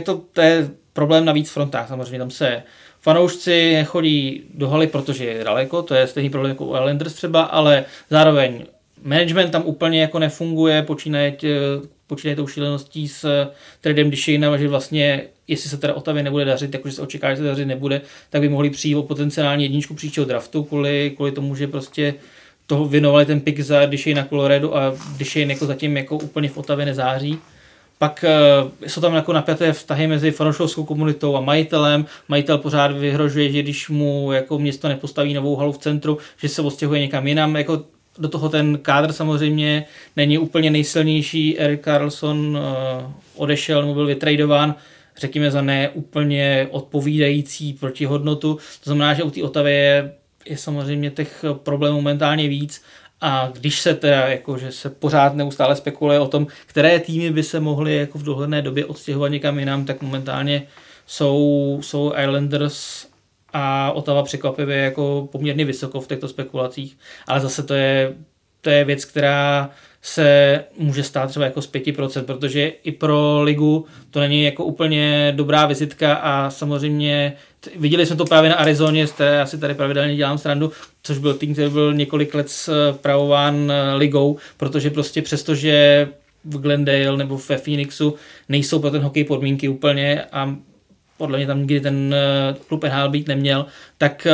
problém na víc frontách. Samozřejmě tam se fanoušci chodí do haly, protože je daleko, to je stejný problém jako u Islanders třeba, ale zároveň management tam úplně jako nefunguje, počínaje tou šíleností s Tradem Duchenem, že vlastně, jestli se teda Ottavě nebude dařit, jakože se očeká, že se dařit nebude, tak by mohli přijít o potenciální jedničku příštího draftu kvůli tomu, že prostě toho věnovali ten pick za Duchena Colorado a Duchene jako zatím jako úplně v Ottavě nezáří. Pak jsou tam jako napjaté vztahy mezi fanouškovskou komunitou a majitelem. Majitel pořád vyhrožuje, že když mu jako město nepostaví novou halu v centru, že se odstěhuje někam jinam. Jako do toho ten kádr samozřejmě není úplně nejsilnější. Erik Karlsson odešel, nebo byl vytradován, řekněme za neúplně odpovídající protihodnotu. To znamená, že u té Ottavy je samozřejmě těch problémů momentálně víc. A když se teda, jako, že se pořád neustále spekuluje o tom, které týmy by se mohly jako v dohledné době odstěhovat někam jinam, tak momentálně jsou Islanders a Ottawa překvapivě jako poměrně vysoko v těchto spekulacích. Ale zase to je věc, která se může stát třeba jako z 5%, protože i pro ligu to není jako úplně dobrá vizitka a samozřejmě viděli jsme to právě na Arizoně, z které asi tady pravidelně dělám srandu, což byl tým, který byl několik let spravován ligou, protože prostě přestože v Glendale nebo ve Phoenixu nejsou pro ten hokej podmínky úplně a podle mě tam nikdy ten klub NHL být neměl, tak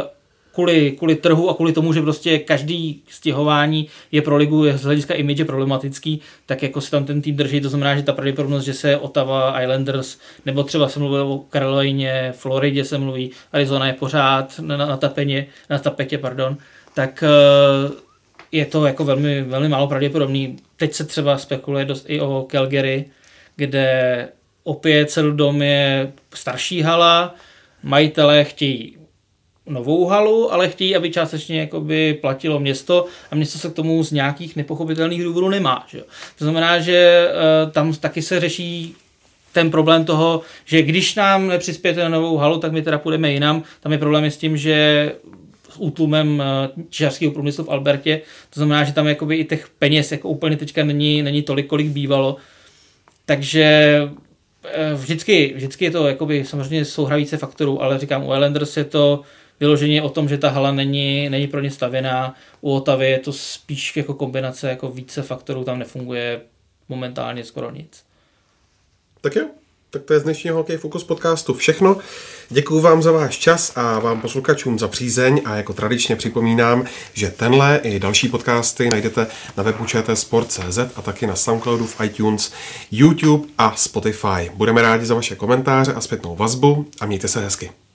kvůli trhu a kvůli tomu, že prostě každý stěhování je pro ligu z hlediska image problematický, tak jako se tam ten tým drží, to znamená, že ta pravděpodobnost, že se Ottawa, Islanders, nebo třeba se mluví o Carolině, Floridě se mluví, Arizona je pořád na tapetě, tak je to jako velmi, velmi málo pravděpodobný. Teď se třeba spekuluje dost i o Calgary, kde opět Celldome je starší hala, majitelé chtějí novou halu, ale chtějí, aby částečně jakoby platilo město a město se k tomu z nějakých nepochopitelných důvodů nemá. Že? To znamená, že tam taky se řeší ten problém toho, že když nám nepřispějete na novou halu, tak my teda půjdeme jinam. Tam je problém s tím, že s útlumem těžařského průmyslu v Albertě, to znamená, že tam jakoby i těch peněz jako úplně teďka není tolik, kolik bývalo. Takže vždycky je to jakoby, samozřejmě souhra více faktorů, ale říkám, u Islanders je to vyloženě o tom, že ta hala není pro ně stavěná. U Ottavy je to spíš jako kombinace jako více faktorů, tam nefunguje momentálně skoro nic. Tak jo, tak to je z dnešního Hokej Focus podcastu všechno. Děkuju vám za váš čas a vám posluchačům za přízeň a jako tradičně připomínám, že tenhle i další podcasty najdete na webu čtsport.cz a taky na Soundcloudu, v iTunes, YouTube a Spotify. Budeme rádi za vaše komentáře a zpětnou vazbu a mějte se hezky.